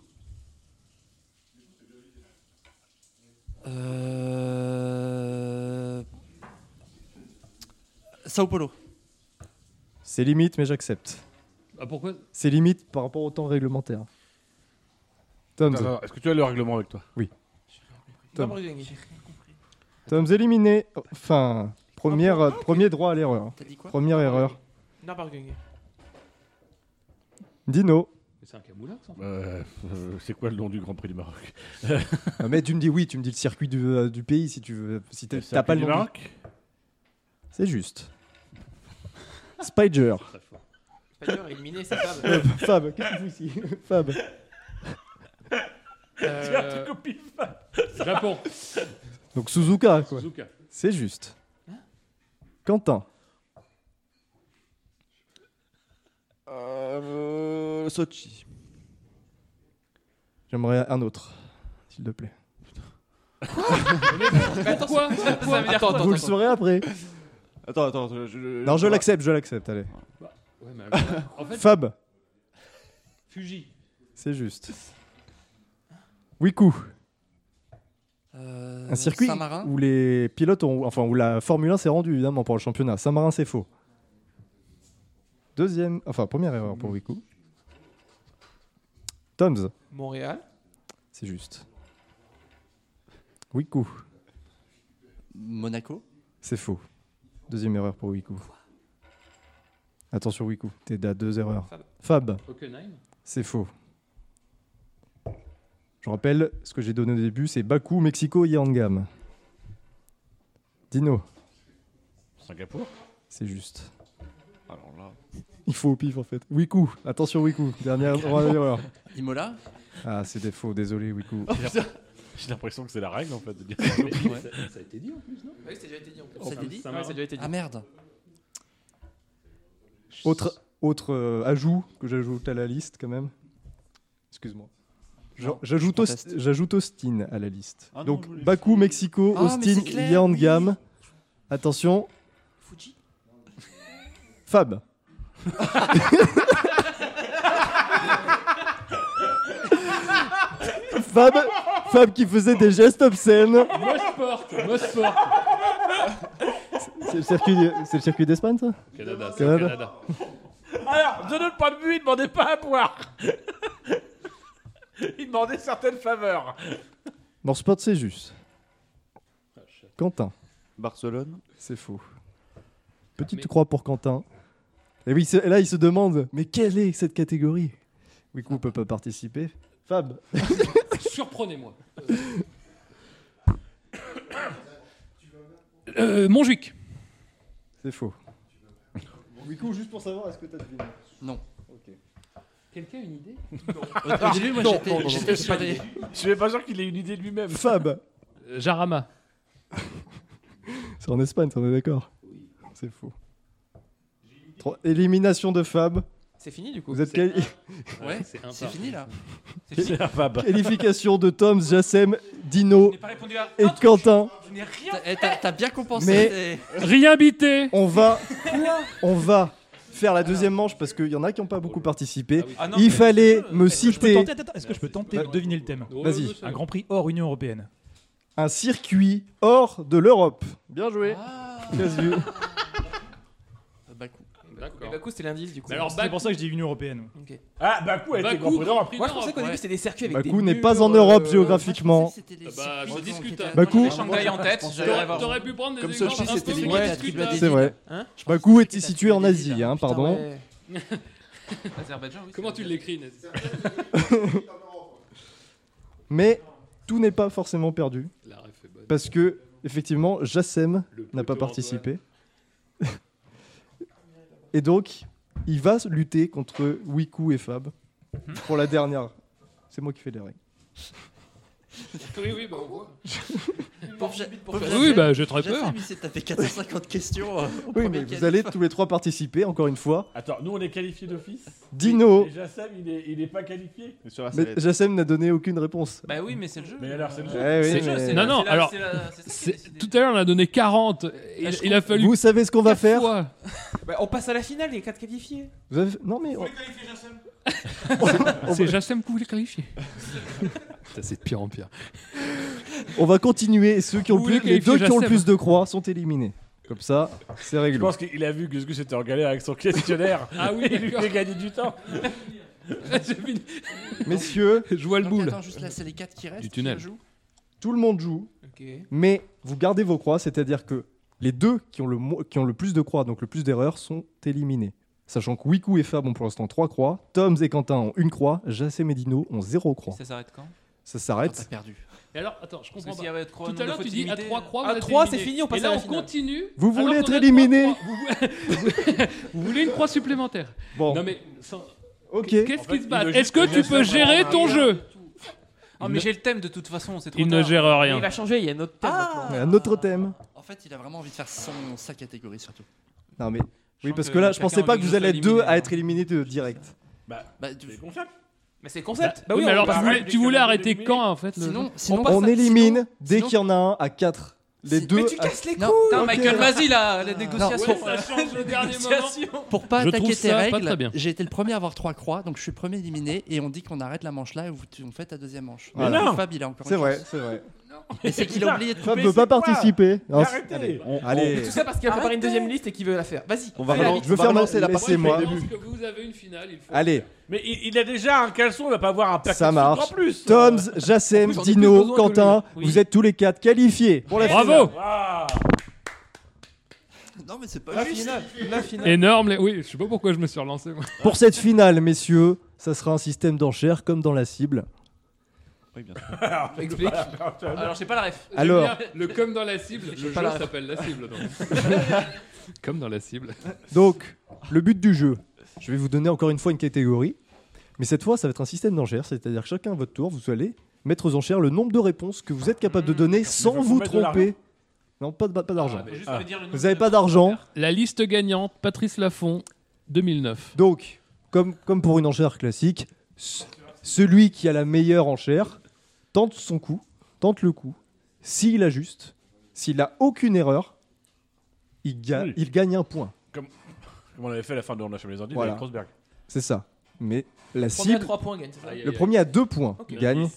Sao Paulo. C'est limite, mais j'accepte. Ah, pourquoi? C'est limite par rapport au temps réglementaire. Toms. Attends, est-ce que tu as le règlement avec toi? Tom. Nürburgring. Toms éliminé. Enfin, premier droit à l'erreur. T'as dit quoi? Première erreur. Nürburgring. Dino. C'est un camoulin, ça. C'est quoi le nom du Grand Prix du Maroc? Ah, mais tu me dis oui, tu me dis le circuit du pays si tu veux. Si Le t'as pas le circuit du nom. Maroc? C'est juste. Spider. Spider éliminé, c'est Fab. Fab, qu'est-ce que tu fais ici? Fab. Japon. Donc Suzuka, quoi. Suzuka. C'est juste. Quentin. Sochi. J'aimerais un autre, s'il te plaît. Attends, Quoi ça veut dire quoi? Vous le saurez après. Attends. Non, je l'accepte, allez. Ouais, mais en fait, Fab, Fuji. c'est juste. Wiku, un circuit Saint-Marin. où les pilotes où la Formule 1 s'est rendue évidemment pour le championnat. Saint-Marin, c'est faux. Première erreur pour Wiku. Toms, Montréal. c'est juste. Wiku, Monaco. c'est faux. Deuxième erreur pour Wiku. Attention Wiku, t'es à 2 erreurs. Fab, Hockenheim. c'est faux. Je rappelle, ce que j'ai donné au début, c'est Bakou, Mexico, Yangam. Dino, Singapour. c'est juste. Alors là. Il faut au pif en fait. Wiku, attention Wiku, dernière erreur. Imola. Ah, c'est des faux, désolé Wiku. J'ai l'impression que c'est la règle en fait de dire ça. Ça a été dit en plus, non? Oui, c'est déjà été dit en plus. Ça a été dit Ouais, ça a déjà été dit. Ah merde. Autre ajout que j'ajoute à la liste quand même. Excuse-moi. J'ajoute Austin à la liste. Ah non, Donc je voulais Bakou, Fuji. Mexico, Ah, mais Austin, c'est clair, Yeongam. Attention, Fuji. Fab. Fab qui faisait des gestes obscènes. Mosport. C'est le circuit d'Espagne ça? Canada, c'est Canada. au Canada. Alors, de notre point de vue, il demandait pas à boire. Il demandait certaines faveurs. Mosport, c'est juste. Quentin, Barcelone. c'est faux. Petite croix pour Quentin. Et oui, là il se demande, mais quelle est cette catégorie? Wiku peut pas participer. Fab. Surprenez-moi. Montjuic. C'est faux. Wiku, juste pour savoir, est-ce que t'as deviné? Non. Quelqu'un a une idée? Au début, moi j'étais pas des- Je suis pas sûr qu'il ait une idée de lui-même. Fab. Jarama. C'est en Espagne, on est d'accord? C'est faux. Élimination de Fab. C'est fini du coup. Vous êtes Ouais, c'est fini là. C'est la Fab. qualification de Toms, Jassem, Dino Je n'ai pas répondu à et un truc. Quentin. Je n'ai rien. T'as bien compensé. Mais- Rien bité. On va faire la deuxième manche parce qu'il y en a qui n'ont pas beaucoup participé. Ah non, Il mais- fallait me Est-ce que je peux citer tenter, est-ce que je peux tenter de deviner le thème? Vas-y. Un Grand Prix hors Union Européenne. un circuit hors de l'Europe. Bien joué. Ah. Casse-vue. Bakou. Mais Bakou c'était l'indice du coup. Mais alors, C'est pour ça que je dis Union Européenne. Ok. Ah, Bakou a été Grand Prix d'Europe. Moi je pensais qu'au début c'était des circuits avec des Bakou n'est murs, pas en Europe euh, géographiquement. Bah, c'est discutable. Bakou. J'ai Shanghai en tête. j'allais voir. T'aurais pu prendre des Comme exemples Sochi, un c'était peu limite plus à discutables. Tribal C'est vrai. Hein Bakou était situé en Asie, hein, pardon. Azerbaïdjan, oui. Comment tu l'écris, Nazi? Mais tout n'est pas forcément perdu. La ref est bonne. Parce que, effectivement, Jassem Le n'a pas poteau participé. Et donc, il va lutter contre Wiku et Fab pour la dernière. C'est moi qui fais les règles. Oui, bah on voit. Oui, bah j'ai très peur. Il s'est tapé 450 questions. Au Oui, premier mais qualif. vous allez tous les trois participer, encore une fois. Attends, nous on est qualifiés d'office. Dino. Et Jassem, il est pas qualifié. Sur la Mais sellette. Jassem n'a donné aucune réponse. Bah oui, mais c'est le jeu. Mais alors, c'est le jeu. Eh oui, C'est le jeu, mais- c'est Non, la- non, c'est la- alors, c'est la- c'est ça qui est décidé. Tout à l'heure, on a donné 40. Il a fallu. Vous savez ce qu'on va 4 faire fois. Bah, on passe à la finale, les 4 qualifiés. Vous avez- Non, mais. C'est Jassem que vous voulez qualifier. C'est de pire en pire. On va continuer. Ceux qui ont Vous le plus, voulez les deux qui ont le qualifier plus de croix sont éliminés. Comme ça, c'est Je réglé. pense qu'il a vu que Gus était en galère avec son questionnaire. Ah oui, il lui d'accord. fait gagner du temps. C'est fini. Messieurs, Je vois le Donc, boule. attends, juste là, c'est les 4 qui restent. Du tunnel. qui jouent. tout le monde joue, Ok. mais vous gardez vos croix, c'est-à-dire que les deux qui ont le plus de croix, donc le plus d'erreurs, sont éliminés. Sachant que Wiku et Fab ont pour l'instant 3 croix, Toms et Quentin ont 1 croix, Jassem et Dino ont 0 croix. Ça s'arrête quand Ça Ah, s'arrête. t'as perdu. Et alors, attends, je Parce comprends que s'il y pas. avait trois Tout à nombres de l'heure, fautes tu dis à illimitées, 3 croix. À vous êtes 3, c'est éliminé. fini, on passe Et là, à la on finale. continue. Vous voulez alors être qu'on a éliminé 3 croix. Vous voulez une croix supplémentaire. Bon, Non, mais sans- ok. qu'est-ce En qui fait, se il passe? veut Est-ce juste que que tu peux Jassem gérer rentre ton à jeu? Ah, mais j'ai le thème de toute façon, c'est trop Il tard. ne gère Mais rien. il va changer, il y a un autre thème maintenant. Un autre thème. En fait, il a vraiment envie de faire sa catégorie surtout. Non mais Oui, parce que là, je pensais pas que vous allez être deux à être éliminés de direct. Bah, c'est le concept. Mais c'est le concept. Oui, mais alors tu voulais arrêter quand en fait Sinon, On élimine dès qu'il y en a un à 4. Les deux. Mais tu casses les couilles. Non, Michael, vas-y là, la négociation. Ça change au dernier moment. Pour pas Je attaquer trouve tes ça pas très règles, bien. j'ai été le premier à avoir 3 croix, donc je suis le premier éliminé et on dit qu'on arrête la manche là et on fait ta deuxième manche. Mais non. Fab, il a encore C'est une vrai, chance. c'est vrai. Mais c'est qu'il a oublié de Fab couper. veut pas participer. Non, Arrêtez. Allez. Tout ça parce qu'il a préparé une deuxième liste et qu'il veut la faire. Vas-y. On va fais-la relancer- vite. Je veux faire relancer la laissez-moi. Je pense que vous avez une finale. Il faut... Allez, Mais il a déjà un caleçon, il va pas avoir un paquet ça de sucre marche. en plus. Toms, Jassem, En plus, j'en ai plus Dino, besoin que Quentin, lui. Oui. vous êtes tous les 4 qualifiés pour la finale. Bravo. Ah. Non, mais c'est pas La juste. finale. La finale. Énorme. Oui, je sais pas pourquoi je me suis relancé. Moi. Pour cette finale, messieurs, ça sera un système d'enchères comme dans la cible. Oui, bien sûr. Explique. Alors, j'ai pas la ref. Alors, J'aime bien le comme dans la cible. Le jeu pas la ref. s'appelle la cible. Donc. Comme dans la cible. donc, le but du jeu, je vais vous donner encore une fois une catégorie, mais cette fois, ça va être un système d'enchères, c'est-à-dire que chacun à votre tour, vous allez mettre aux enchères le nombre de réponses que vous êtes capable de donner sans faut vous mettre de tromper. Non, pas d'argent. Mais juste, on va dire le nombre Vous n'avez de- pas d'argent, La liste gagnante, Patrice Laffont, 2009. donc, comme pour une enchère classique, celui qui a la meilleure enchère tente son coup, tente le coup. S'il ajuste, s'il a aucune erreur, il gagne un point. Comme on avait fait à la fin de On a jamais les indices Voilà. avec Rosberg. C'est ça. Mais la Premier à cible, 3 points gagne, c'est ça. le premier à 2 points gagne.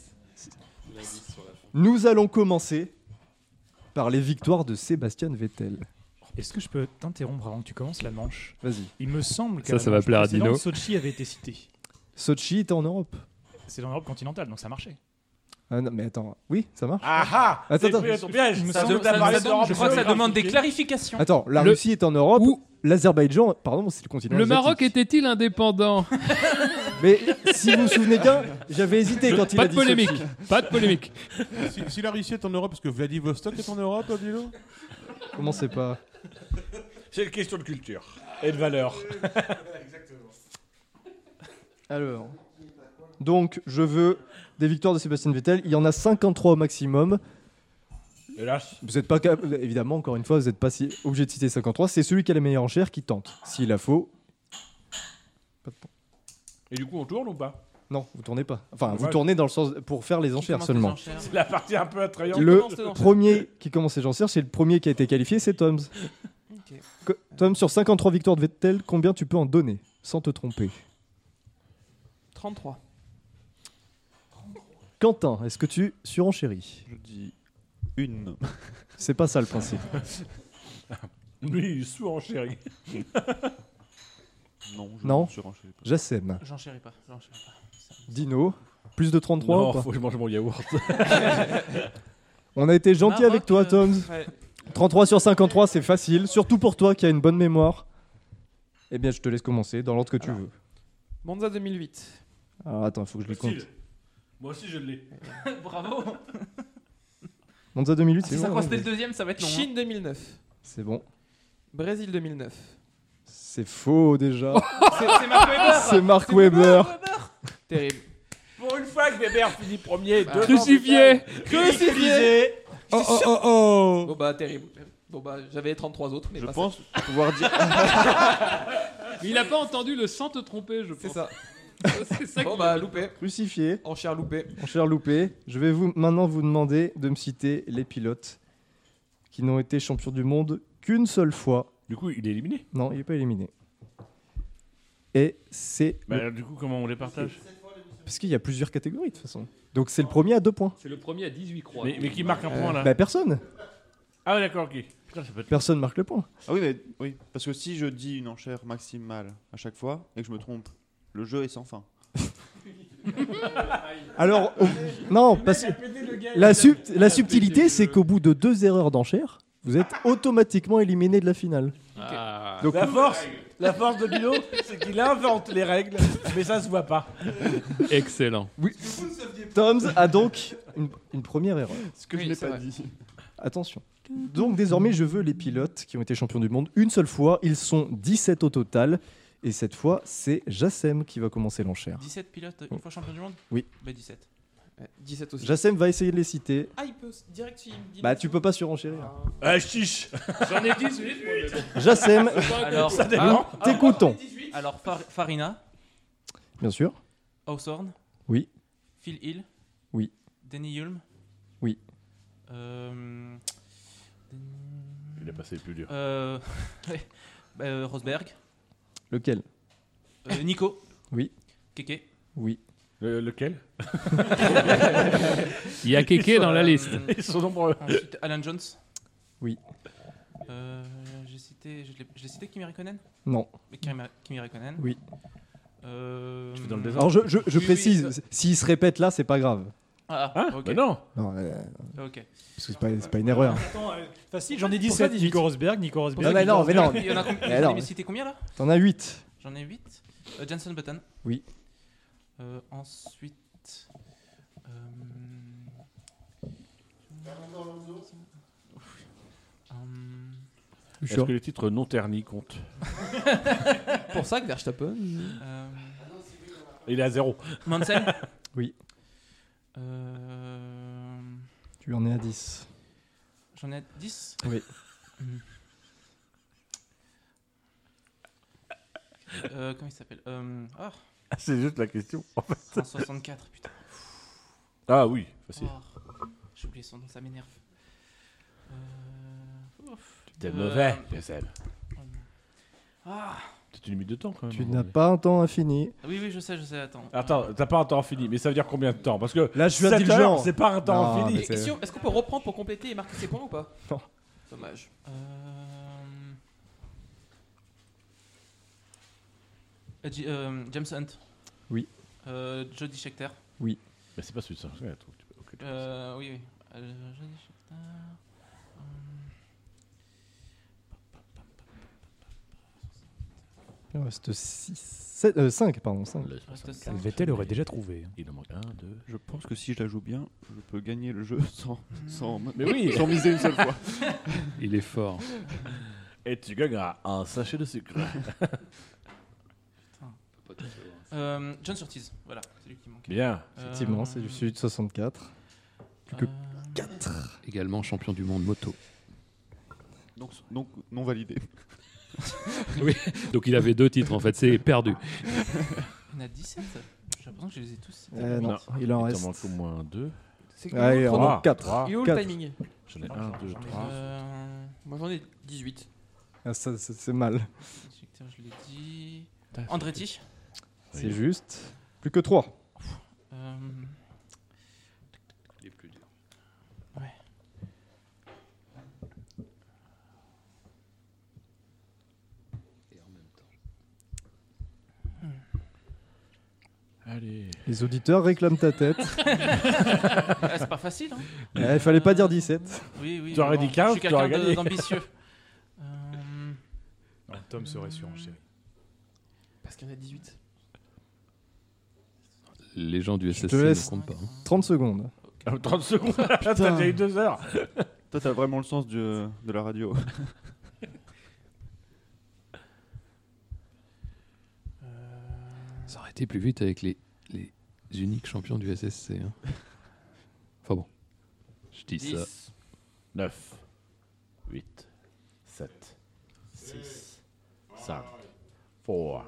Nous allons commencer par les victoires de Sébastien Vettel. Est-ce que je peux t'interrompre avant que tu commences la manche? Vas-y. Il me semble que Ça va plaire à Dino. Sochi avait été cité. Sochi était en Europe. C'est dans l'Europe continentale, donc ça marchait. Ah non, mais attends. Oui, ça marche. Ah ah. Attends, C'est attends. pris ton piège. Il me Ça semble- veut pas ça- parler ça- d'Europe je Je crois que ça géographique. demande des clarifications. Attends, la Le- Russie est en Europe. Où L'Azerbaïdjan, pardon, c'est le continent Le asiatique. Maroc était-il indépendant? Mais si vous vous souvenez bien, j'avais hésité quand il Pas a de dit polémique. Sochi. Pas de polémique. Si la Russie est en Europe, parce que Vladivostok est en Europe, Dino? Comment c'est pas C'est une question de culture et de valeur. Alors, donc je veux des victoires de Sébastien Vettel. Il y en a 53 au maximum. Hélas. Vous n'êtes pas évidemment, encore une fois, vous n'êtes pas obligé de citer 53. C'est celui qui a la meilleure enchère qui tente. S'il la faut. Pas de point. Et du coup, on tourne ou pas? Non, vous tournez pas. Enfin, vous Ouais. tournez dans le sens pour faire les enchères seulement. C'est la partie un peu attrayante. Le commence les enchères. premier qui commence les enchères, c'est le premier qui a été qualifié, c'est Toms. Tom, sur 53 victoires de Vettel, combien tu peux en donner sans te tromper? 33. Quentin, est-ce que tu surenchéris? Je dis une. C'est pas ça le principe. Lui, il sous-enchérit. Non, je Non. ne surenchéris pas. Jassem. J'en chéris pas. Dino, plus de 33 Non, ou pas? faut que je mange mon yaourt. On a été gentil Maroc, avec toi, Tom. ouais. 33 sur 53, c'est facile. Surtout pour toi qui as une bonne mémoire. Eh bien, je te laisse commencer dans l'ordre que tu veux. Monza 2008. Alors, attends, il faut que je les compte. Facile. Moi aussi, je l'ai. Bravo. Monza 2008, Si c'est ça bon. croit hein, c'était le deuxième, ça va être long. hein. Chine 2009. C'est bon. Brésil 2009. C'est faux déjà. C'est Marc Webber. C'est Mark Webber. Terrible. Pour une fois que Weber finit premier, Bah, 2 Crucifié. Crucifié. Oh oh oh oh! Bon bah terrible. Bon bah j'avais 33 autres, mais Je pas pense pouvoir dire. Mais il a pas entendu le sans te tromper, je pense. C'est ça. C'est ça Bon qui- bah loupé. Crucifié. Enchère loupé. Enchère loupé. Je vais maintenant vous demander de me citer les pilotes qui n'ont été champions du monde qu'une seule fois. Du coup, il est éliminé. Non, il n'est pas éliminé. Et c'est... Bah, du coup, comment on les partage? Parce qu'il y a plusieurs catégories de toute façon. Donc c'est le premier à 2 points. C'est le premier à 18 croix. Mais qui marque un point là? Bah personne. Ah ouais, d'accord, ok. Putain, ça peut être... Personne marque le point. Ah oui, mais oui, parce que si je dis une enchère maximale à chaque fois et que je me trompe, le jeu est sans fin. Alors, non, parce que la subtilité, c'est qu'au bout de 2 erreurs d'enchère, vous êtes automatiquement éliminé de la finale. Ah. Donc, La force de Bilo, c'est qu'il invente les règles, mais ça se voit pas. Excellent. Toms a donc une première erreur. Ce que Oui, je n'ai c'est pas vrai. dit. Attention. Donc désormais, je veux les pilotes qui ont été champions du monde une seule fois. Ils sont 17 au total. Et cette fois, c'est Jassem qui va commencer l'enchère. 17 pilotes, une fois champion du monde Oui. Bah 17. Ouais, 17 aussi. Jassem va essayer de les citer. Ah, il peut direct il me dit. Bah, tu peux pas surenchérir. Ah, chiche. J'en ai 18. Jassem, Alors, Ça dépend. t'écoutons. alors Farina, Bien sûr. Hawthorne, Oui. Phil Hill, Oui. Danny Hulme, Oui. Il a passé le plus dur. Rosberg, Lequel? Nico, Oui. Keke. Oui. Lequel? Il y a Keke dans la liste. Ils sont nombreux. Ensuite, Alan Jones. Oui. J'ai cité Kimi Räikkönen. Non. Mais Kimi Räikkönen. Oui. Je fais dans le désordre. Alors, je Oui, précise, oui, s'il se répète là, c'est pas grave. Ah, ok. bah non. Non, Ok. parce que c'est pas une erreur. Attends, facile, j'en ai 17. Nico Rosberg. Non, mais non, mais non. Il y en a combien? Mais Vous non. avez cité combien là? T'en as 8. J'en ai 8. Jenson Button. Oui. Ensuite. Est-ce que les titres non ternis comptent? Pour ça que Verstappen. Il est à 0. Mansell. Oui. Tu en es à 10. J'en ai 10. Oui. Comment il s'appelle C'est juste la question. En fait. 164, putain. Ah oui, facile. J'ai oublié son nom, ça m'énerve. T'es mauvais, Jassem. Ah. C'est une limite de temps quand même. Tu n'as pas un temps infini. Oui, je sais, attends. Attends, t'as pas un temps infini, mais ça veut dire combien de temps? Parce que Là, je suis 7 heures, c'est pas un temps Non, infini. mais c'est- Est-ce qu'on peut reprendre pour compléter et marquer ses points ou pas? Non. Dommage. James Hunt. Oui. Jody Scheckter. Oui. Mais c'est pas celui de ça. Oui. Jody Scheckter. Il en reste 5, pardon. 5. Vettel aurait déjà trouvé. Il en manque 1, 2. Je pense que si je la joue bien, je peux gagner le jeu sans Mais oui. sans miser une seule fois. Il est fort. Et tu gagneras un sachet de sucre. John Surtees, voilà, c'est lui qui manque. Bien. Effectivement, c'est du Sud 64. Plus que 4. Également champion du monde moto. Donc non validé. Oui, donc il avait 2 titres en fait, c'est perdu. Il y en a 17. J'ai l'impression que je les ai tous. Non, il en t'en reste. manque au moins 2. Ah, il en manque 4. Il est où le timing? J'en ai 1, 2, 3. Moi j'en ai 18. Ah, ça, c'est mal. Scheckter, je l'ai dit. Andretti. C'est juste. Plus que 3. Il est plus dur. Ouais. Et en même temps. Allez. Les auditeurs réclament ta tête. C'est pas facile, hein. Il fallait pas dire 17. Oui. Tu aurais dit 15, je suis tu aurais quelqu'un gagné. d'ambitieux. Tom serait surenchéri. Parce qu'il y en a 18. Les gens du Je SSC te laisse ne comptent pas. 30 secondes. 30 secondes. T'as déjà eu 2 heures. Toi, t'as vraiment le sens de la radio. Ça aurait été plus vite avec les uniques champions du SSC. Hein. Enfin bon, je dis 10. ça. 9, 8, 7, 6, 5, 4, 3,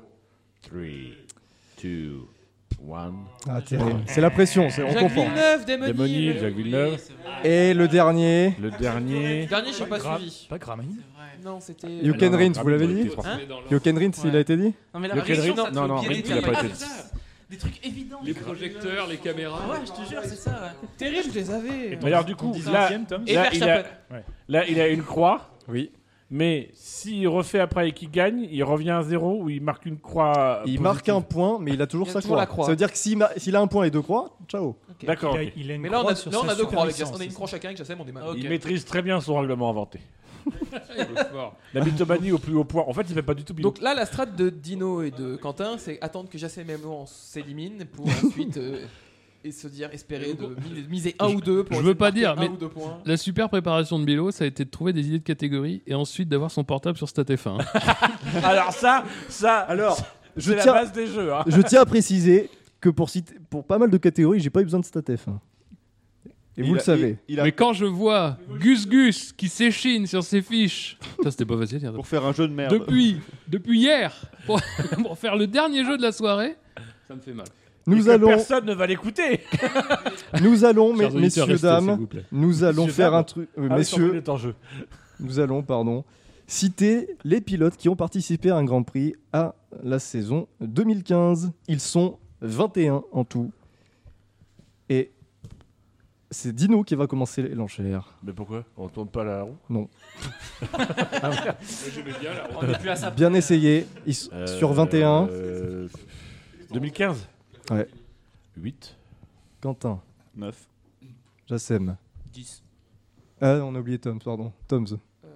2, 1. Ah, terrible. C'est la pression, on Jacques comprend. Villeneuve, Démoni. Jacques Villeneuve. Et le dernier. Le dernier. Dernier, j'ai pas suivi. Pas Gramini. Non, c'était. Jochen Rindt, vous l'avez dit Hein Jochen Rindt, il a été dit Non, mais la Jochen réaction, Rindt, ça te non, fait Rindt, oublier il a pas des été. des trucs évidents. Les projecteurs, les caméras. Ouais, je te jure, c'est ça. Ouais. Terrible, je les avais. Mais alors du coup, là, Tom. Et là, Verstappen. là, il a une croix. Oui. Mais s'il refait après et qu'il gagne, il revient à 0 ou il marque une croix. Il positive. marque un point, mais il a toujours Il a sa toujours croix. la croix. Ça veut dire que s'il a un point et 2 croix, ciao. D'accord. ok. Il a une Mais là, on croix a, sur là, on sa a 2 croix avec super On a une licence, croix chacun avec Jassem, on est mal. Ok. Il maîtrise très bien son règlement inventé. La mythomanie au plus haut point. En fait, il fait pas du tout bilou. Donc là, la strat de Dino et de Quentin, c'est attendre que Jassem et moi on s'élimine pour ensuite et se dire, espérer de miser 1 ou 2 pour Je essayer veux de pas marquer dire, 1 mais ou 2 points. la super préparation de Bilo, ça a été de trouver des idées de catégorie et ensuite d'avoir son portable sur StatF1. Alors ça, Alors, c'est la tiens- base des jeux. Hein. je tiens à préciser que pour pas mal de catégories, j'ai pas eu besoin de StatF. Et vous le savez. Mais quand je vois Gus Gus qui s'échine sur ses fiches Ça, c'était pas facile. Hein. Pour faire un jeu de merde. depuis hier, pour faire le dernier jeu de la soirée, Ça me fait mal. Personne ne va l'écouter. Nous allons, Chers auditeurs, messieurs, restez, dames, s'il vous plaît. nous allons Messieurs, faire dames. un truc. Messieurs, Messieurs, en jeu. nous allons, citer les pilotes qui ont participé à un Grand Prix à la saison 2015. Ils sont 21 en tout. Et c'est Dino qui va commencer l'enchère. Mais pourquoi? On tourne pas la roue? Non. J'aimais bien la roue. On est plus à sa Bien essayé. Sur 21. 2015? Ouais. 8. Quentin. 9. Jassem. 10. Ah, on a oublié Tom, pardon. Toms.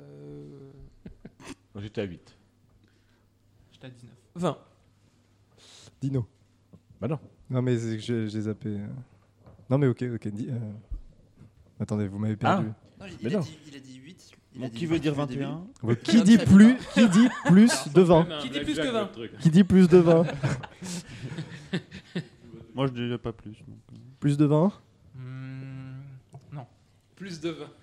J'étais à 8. J'étais à 19. 20. Dino. Bah non. Non, mais c'est que j'ai zappé. Non, mais ok. Attendez, vous m'avez perdu. Non, Mais il a non. dit 8. Donc qui veut dire 21? Ouais, qui dit plus de 20? Qui dit plus que 20? Qui dit plus de 20? Moi je dirais pas plus. Donc. Plus de 20? Non. plus de 20.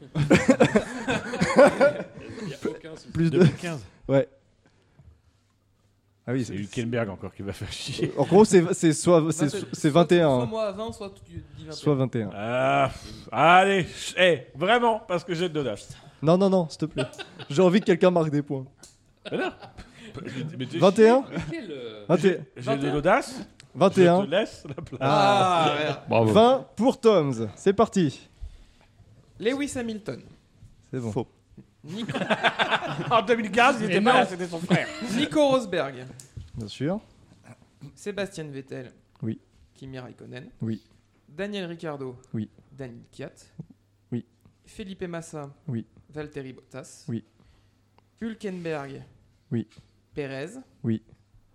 Plus de 2015. Ouais. Ah oui, c'est Hülkenberg encore qui va faire chier. En gros, c'est 21. Soit moi à 20, soit tu dis 21. Soit 21. Allez, vraiment, parce que j'ai de l'audace. Non, s'il te plaît. J'ai envie que quelqu'un marque des points. Mais non. 21 J'ai de l'audace. 21. Je te laisse la place. Bravo. 20 pour Toms. C'est parti. Lewis Hamilton. C'est bon. Faux. En 2015, il était pas là, c'était son frère. Nico Rosberg. Bien sûr. Sébastien Vettel. Oui. Kimi Raikkonen. Oui. Daniel Ricciardo. Oui. Daniel Kiat. Oui. Felipe Massa. Oui. Valtteri Bottas. Oui. Hülkenberg. Oui. Perez. Oui.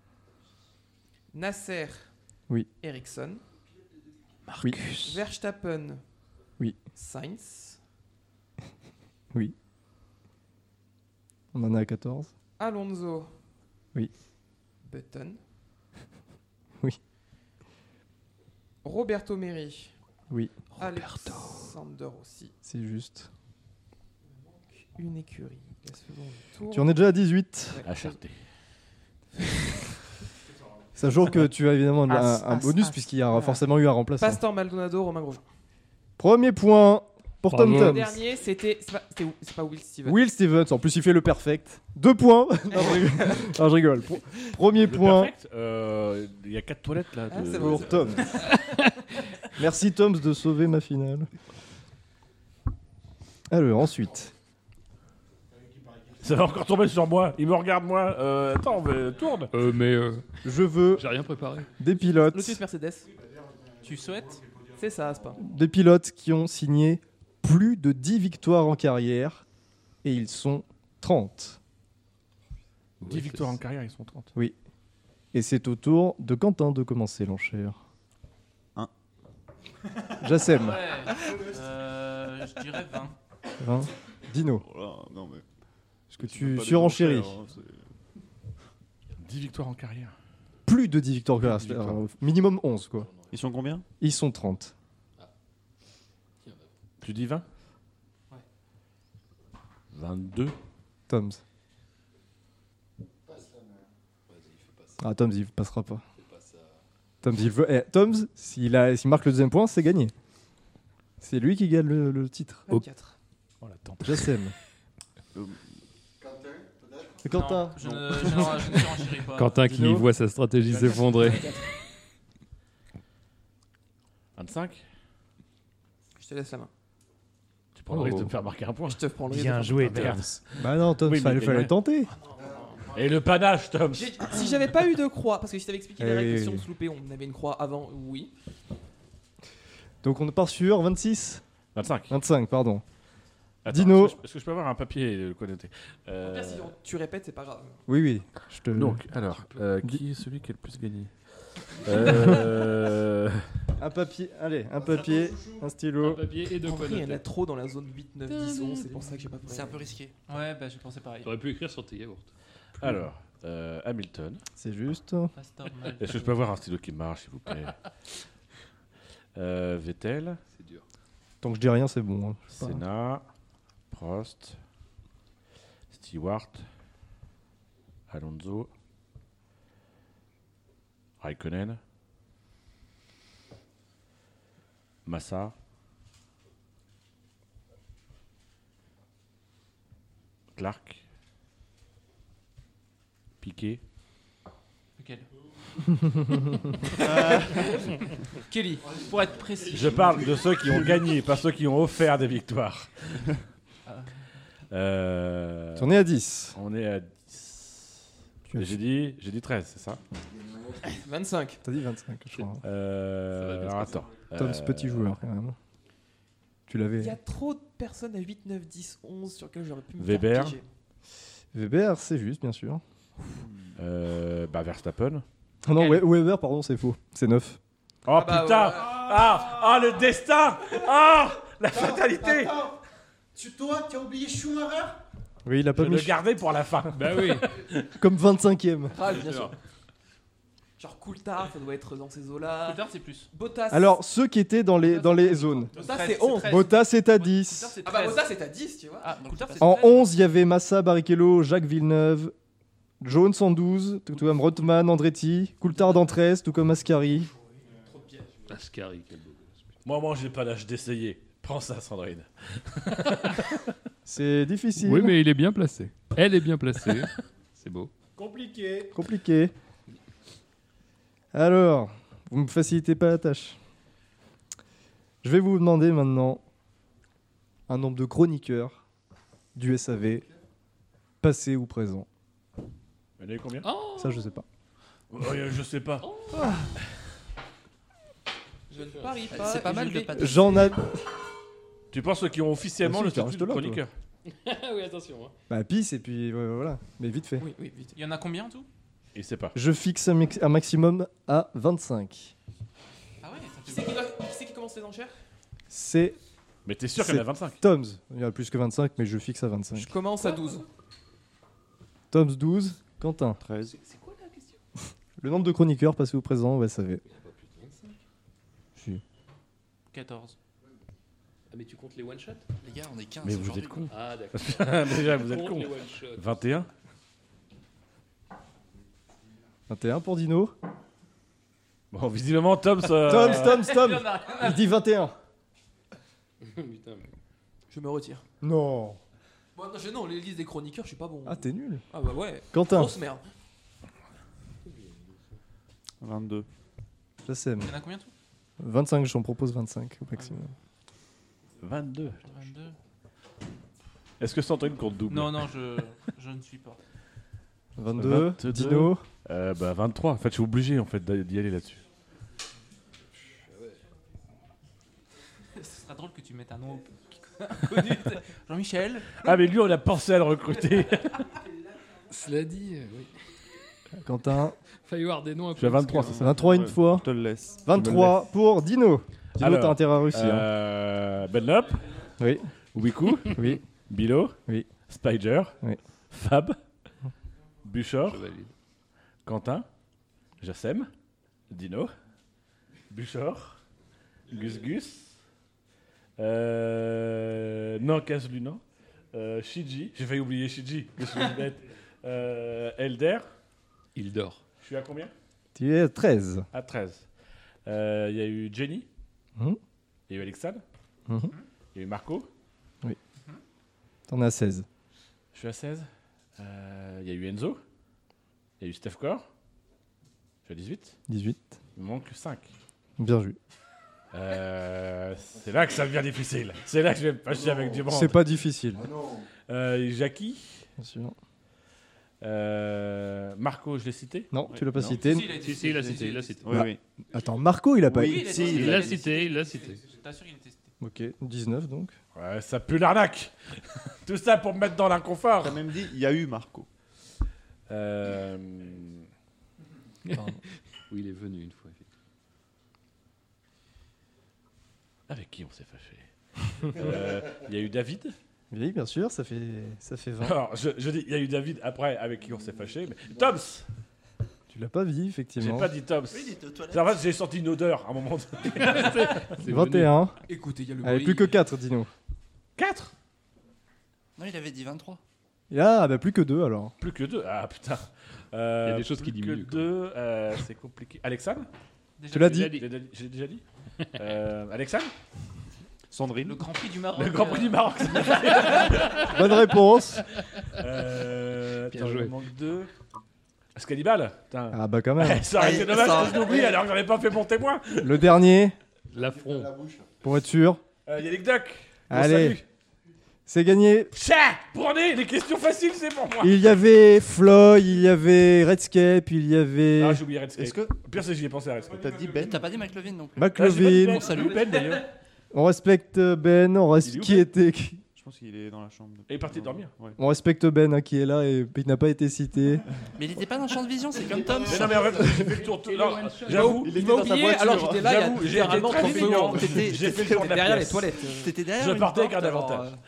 Nasser. Oui. Ericsson. Marcus. Verstappen. Oui. Sainz. Oui. On en est à 14. Alonso. Oui. Button. Oui. Roberto Meri. Oui. Alexander aussi. C'est juste. Une écurie. La seconde tour. Tu en es déjà à 18. Ouais. HRT. Sachant que tu as évidemment un bonus puisqu'il y aura forcément eu un remplaçant. Pastor Maldonado, Romain Grosjean. Premier point pour Tom Le Toms. dernier, c'est pas Will Stevens. Will Stevens, en plus il fait le perfect. 2 points. Non, je rigole. Premier point. Perfect, il y a 4 toilettes là. c'est Pour Tom. Merci Toms de sauver ma finale. Alors ensuite. Ça va encore tomber sur moi. Il me regarde moi. Attends, tourne. Je veux J'ai rien préparé. des pilotes. Lotus Mercedes. Tu souhaites? C'est ça, c'est pas. Des pilotes qui ont signé plus de 10 victoires en carrière. Et ils sont 30. 10 victoires en carrière, ils sont 30. Oui. Et c'est au tour de Quentin de commencer l'enchère. 1. Jassem. Je dirais 20. 20. Dino. Oh là, non mais. Est-ce que tu surenchéris? 10 victoires en carrière. Plus de 10 victoires en carrière. Plus de 10 victoires. Minimum 11 quoi. Ils sont combien? Ils sont 30. Tu dis 20? Ouais. 22. Toms. Ah, Toms, il passera pas. Toms, il veut. Toms, s'il marque le deuxième point, c'est gagné. C'est lui qui gagne le titre. 24. Oh la tente. Jassem. Quentin. Non, je ne surenchéris pas. Quentin qui Dino. voit sa stratégie s'effondrer. 25. Je te laisse la main. Tu prends le risque de me faire marquer un point. Je te prends le risque. Bien joué, Toms. Bah non, Toms, Oui, mais fallait tenter. Et le panache, Tom. Si j'avais pas eu de croix, parce que si t'avais expliqué les Eh règles, oui, si oui. on se loupait, on avait une croix avant, oui. Donc on part sur 26. 25. 25, pardon. Attends, Dino. Est-ce que je peux avoir un papier et le connoter Au pire, si tu répètes, c'est pas grave. Oui. Donc, alors, qui est celui qui a le plus gagné Un papier, allez, un papier, un stylo. Un papier et deux En vrai, il y en a connotés. trop dans la zone 8, 9, 10, 11, c'est pour ça que j'ai pas pris. C'est un peu risqué. Ouais, bah je pensais pareil. T'aurais pu écrire sur tes yaourts. Alors, Hamilton. C'est juste. Est-ce que je peux avoir un stylo qui marche, s'il vous plaît? Vettel. C'est dur. Tant que je dis rien, c'est bon. Hein. Senna. Prost. Stewart. Alonso. Raikkonen. Massa. Clark. Piquet. Lequel Kelly, pour être précis. Je parle de ceux qui ont gagné, pas ceux qui ont offert des victoires. On est à 10. On est à 10. J'ai dit 13, c'est ça? 25. T'as dit 25, je crois. Alors attends. Tom's petit joueur, quand même. Tu l'avais. Il y a trop de personnes à 8, 9, 10, 11 sur lesquelles j'aurais pu me Weber. faire piéger. Weber, c'est juste, bien sûr. Verstappen. Ah non, Weber, pardon, c'est faux. C'est 9. Oh putain! Le destin! La fatalité! Attends, toi, tu as oublié Schumacher? Oui, il a pas Je mis. le gardais pour la fin. Bah oui. Comme 25ème. Ah, bien sûr. Genre Coulthard, ça doit être dans ces eaux-là. Coulthard, c'est plus. Bottas. Alors, ceux qui étaient dans les zones. Bottas, c'est 11. Bottas est à 10. Ah bah Bottas, c'est à 10, tu vois. Ah, Coulthard, c'est En 13. 11, il y avait Massa, Barrichello, Jacques Villeneuve, Jones en 12, tout comme Rothman, Andretti, Coulthard en 13, tout comme Ascari. Ascari, quel beau gosse. Moi, j'ai pas l'âge d'essayer. Prends ça, Sandrine. C'est difficile. Oui, mais il est bien placé. Elle est bien placée. C'est beau. Compliqué. Compliqué. Alors, vous me facilitez pas la tâche. Je vais vous demander maintenant un nombre de chroniqueurs du SAV, passé ou présent. Il y en avait combien? Ça, je sais pas. Je sais pas. Je ne parie pas. C'est pas mal de patates. J'en ai. Tu penses ceux qui ont officiellement Ah, si, le tu statut restes de là, toi. chroniqueur? oui, attention. Hein. Bah, pisse et puis voilà. Mais vite fait. Oui, vite. Il y en a combien en tout? Il sait pas. Je fixe un maximum à 25. Ah ouais, ça Qui fait c'est qui commence les enchères? C'est Mais t'es sûr qu'il y en a 25? Toms. Il y en a plus que 25, mais je fixe à 25. Je commence à 12. Toms 12, Quentin. 13. C'est quoi la question? Le nombre de chroniqueurs passés ou présents au SAV. Si. 14. Ah, mais tu comptes les one-shots? Les gars, on est 15 Mais vous aujourd'hui. êtes cons. Ah, d'accord. Déjà, vous êtes Compte cons. les one-shots. 21? 21 pour Dino. Bon, visiblement, Tom. Tom. Il dit 21. Putain, mais- Je me retire. Non. Bon, non, les listes des chroniqueurs, je suis pas bon. Ah, t'es nul. Ah bah ouais. Quentin. Grosse merde. 22. Je sais. Il y en a combien tout? 25, j'en propose 25 au maximum. 22. 22. Est-ce que Sandrine compte double? Non, je ne suis pas. 22, 22. Dino. 23. En fait, je suis obligé d'y aller là-dessus. Ce sera drôle que tu mettes un nom inconnu. Jean-Michel. Ah, mais lui, on a pensé à le recruter. Cela dit, oui. Quentin. Failli y avoir des noms un peu. Je suis à 23, obscurs, c'est ça? 23 une fois. Je te le laisse. 23 pour Dino. Dino, Alors, t'as intérêt à réussir. Benlop. Oui. Wiku. Oui. Bilo. Oui. Spider. Oui. Fab. Buchor. Je valide. Quentin. Jassem. Dino. Buchor. Gus. Non, Caslu, non. Shiji. J'ai failli oublier Shiji. Je suis bête. Elder. Il dort. Je suis à combien? Tu es à 13. À 13. Il y a eu Jenny. Mhm. Il y a eu Alexandre. Mhm. Il y a eu Marco. T'en as 16. Je suis à 16. Il y a eu Enzo. Il y a eu Steph Core. Je suis à 18. 18. Il me manque 5. Bien joué. C'est là que ça devient difficile. C'est là que je vais me fâcher avec du monde. C'est pas difficile. Jackie. Bien sûr. Marco, je l'ai cité? Non, tu l'as pas cité. Si, il l'a cité, il l'a cité. Oui, Bah, oui. Attends, Marco, il a pas Oui, été. Il l'a cité, il l'a cité. Je t'assure, il était cité. Ok, 19 donc. Ouais, ça pue l'arnaque. Tout ça pour me mettre dans l'inconfort. T'as même dit, il y a eu Marco. Oui, il est venu une fois. effectivement. Avec qui on s'est fâché? Il y a eu David. Oui, bien sûr, ça fait 20. Alors, je dis, il y a eu David après avec qui on s'est fâché. Mais... Toms. Tu l'as pas dit, J'ai effectivement. pas dit Toms. Oui, il était aux toilettes. C'est en fait, j'ai senti une odeur à un moment donné. C'est 21. Écoutez, il y a le Allez, plus que 4, dis-nous. 4. Non, il avait dit 23. Ah, bah plus que 2 alors. Plus que 2. Ah putain. Il y a des choses qui Plus diminuent, que 2, c'est compliqué. Alexandre. Tu l'as dit. J'ai déjà dit. Alexandre. Sandrine. Le Grand Prix du Maroc. Le Grand Prix du Maroc. Bonne réponse. Attends, joué. il manque 2. Scalibal. Putain. Ah bah quand même. Ça aurait été Allez, dommage ça- que je l'oublie alors que j'en ai pas fait mon témoin. Le dernier, L'affront. pour être sûr. Yannick Duck. Allez, c'est gagné. Chat. Prenez les questions faciles, c'est pour moi. Il y avait Floyd, il y avait Redscape, il y avait Ah, j'ai oublié Redscape. Est-ce que Le pire, c'est que j'y ai pensé à Redscape. t'as dit Et Ben t'as pas dit McLovin non plus. McLovin. On salue Ben d'ailleurs. On respecte Ben, on Il est reste où, qui Ben était. Je pense qu'il est dans la chambre. Et il est parti dormir. Ouais. On respecte Ben hein, qui est là et il n'a pas été cité. Mais il était pas dans le champ de vision, c'est comme Tom. Mais non, mais en fait, j'ai fait le tour. Non, j'avoue, Il Il était m'a dans sa oublié voiture. alors j'étais là, il y a J'avoue, j'ai été littéralement très 30 mignon. secondes. J'ai fait le tour de la derrière les pièce. toilettes. T'étais derrière. Je une partais avec porte, un alors, avantage.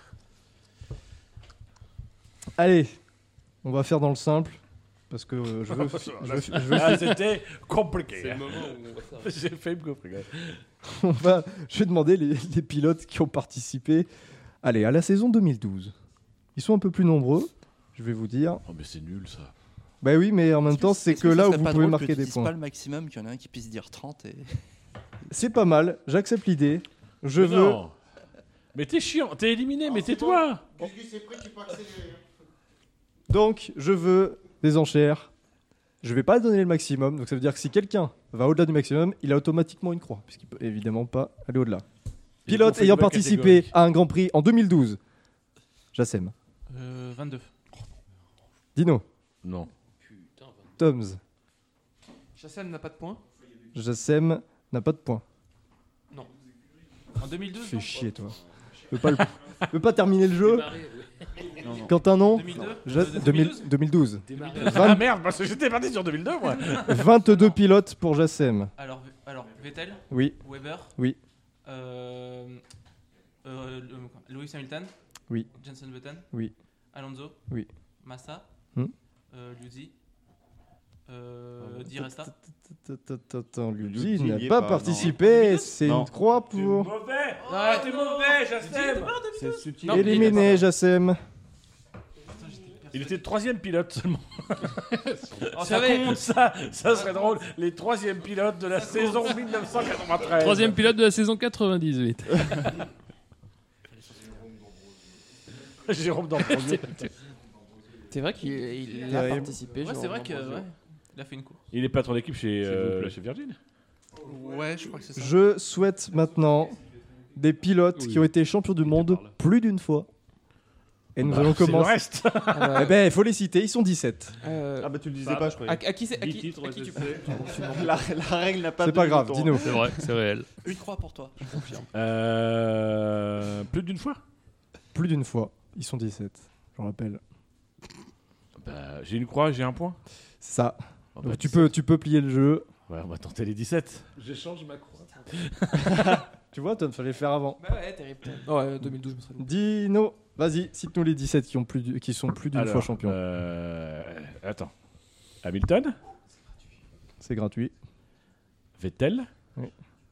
Allez, on va faire dans le simple. Parce que je veux. Ah, c'était compliqué. C'est le moment où on va faire. J'ai fait me coffrer. Je vais demander les pilotes qui ont participé. Allez, à la saison 2012. Ils sont un peu plus nombreux, je vais vous dire. Oh, mais c'est nul ça. Bah oui, mais en même temps, c'est que là où vous pouvez marquer des C'est points. pas le maximum qu'il y en a un qui puisse dire 30 et. C'est pas mal, j'accepte l'idée. Je Mais veux. non. Mais t'es chiant, t'es éliminé, mais tais-toi. Gugus c'est prêt, tu peux accélérer. Donc, je veux des enchères. Je vais pas donner le maximum, donc ça veut dire que si quelqu'un va au-delà du maximum, il a automatiquement une croix, puisqu'il peut évidemment pas aller au-delà. Pilote fait ayant une bonne participé catégorie. à un Grand Prix en 2012. Jassem. 22. Dino. Non. Toms. Chassel n'a pas de points. Jassem n'a pas de points. Non. En 2012 Fais non. chier, toi. Tu peux pas terminer le jeu Non, non. Quentin, non 2002 2012. Ah merde, parce que j'étais parti sur 2002 moi. 22 pilotes pour Jassem. Alors Vettel, Oui. Weber, Oui. Lewis Hamilton, Oui. Jenson Button, Oui. Alonso, Oui. Massa, Hmm. Liuzzi, Di Resta. Attends, Luigi Luigi n'y n'a est pas pas, participé. C'est Non. une croix T'es pour. mauvais. Ouais. T'es mauvais, Jassem. C'est subtil. Non, Éliminé, Jassem. Il était 3ème pilote seulement. Oh, Ça ça compte, ça serait drôle. Les 3e pilotes de la saison 1993. Troisième pilote de la saison 98. Jérôme Dambrosio. C'est vrai qu'il a participé. Ouais, c'est vrai que ouais, il a fait une course. Il est patron d'équipe chez, S'il vous plaît. chez Virgin. Ouais, je crois que c'est ça. Je souhaite maintenant des pilotes qui ont été champions du monde plus d'une fois. Et nous allons C'est le commencer. reste. Eh ben, il faut les citer, ils sont 17. Ah bah tu le disais pas, je croyais. À qui c'est à 10 qui, titres à qui tu SSC. La règle n'a pas C'est de pas grave, bouton. dis-nous. C'est vrai, c'est réel. Une croix pour toi, je confirme. Plus d'une fois. Plus d'une fois, ils sont 17, je rappelle. Bah, j'ai une croix, j'ai un point. C'est ça. Oh, Donc bah, tu peux plier le jeu. Ouais, on va tenter les 17. J'échange ma croix. Tu vois, Tom, fallait le faire avant. Bah ouais, terrible. Ouais, 2012 me serait bon. Dino, vas-y, cite-nous les 17 qui sont plus d'une Alors, fois champions. Attends. Hamilton, C'est gratuit. Vettel, Oui.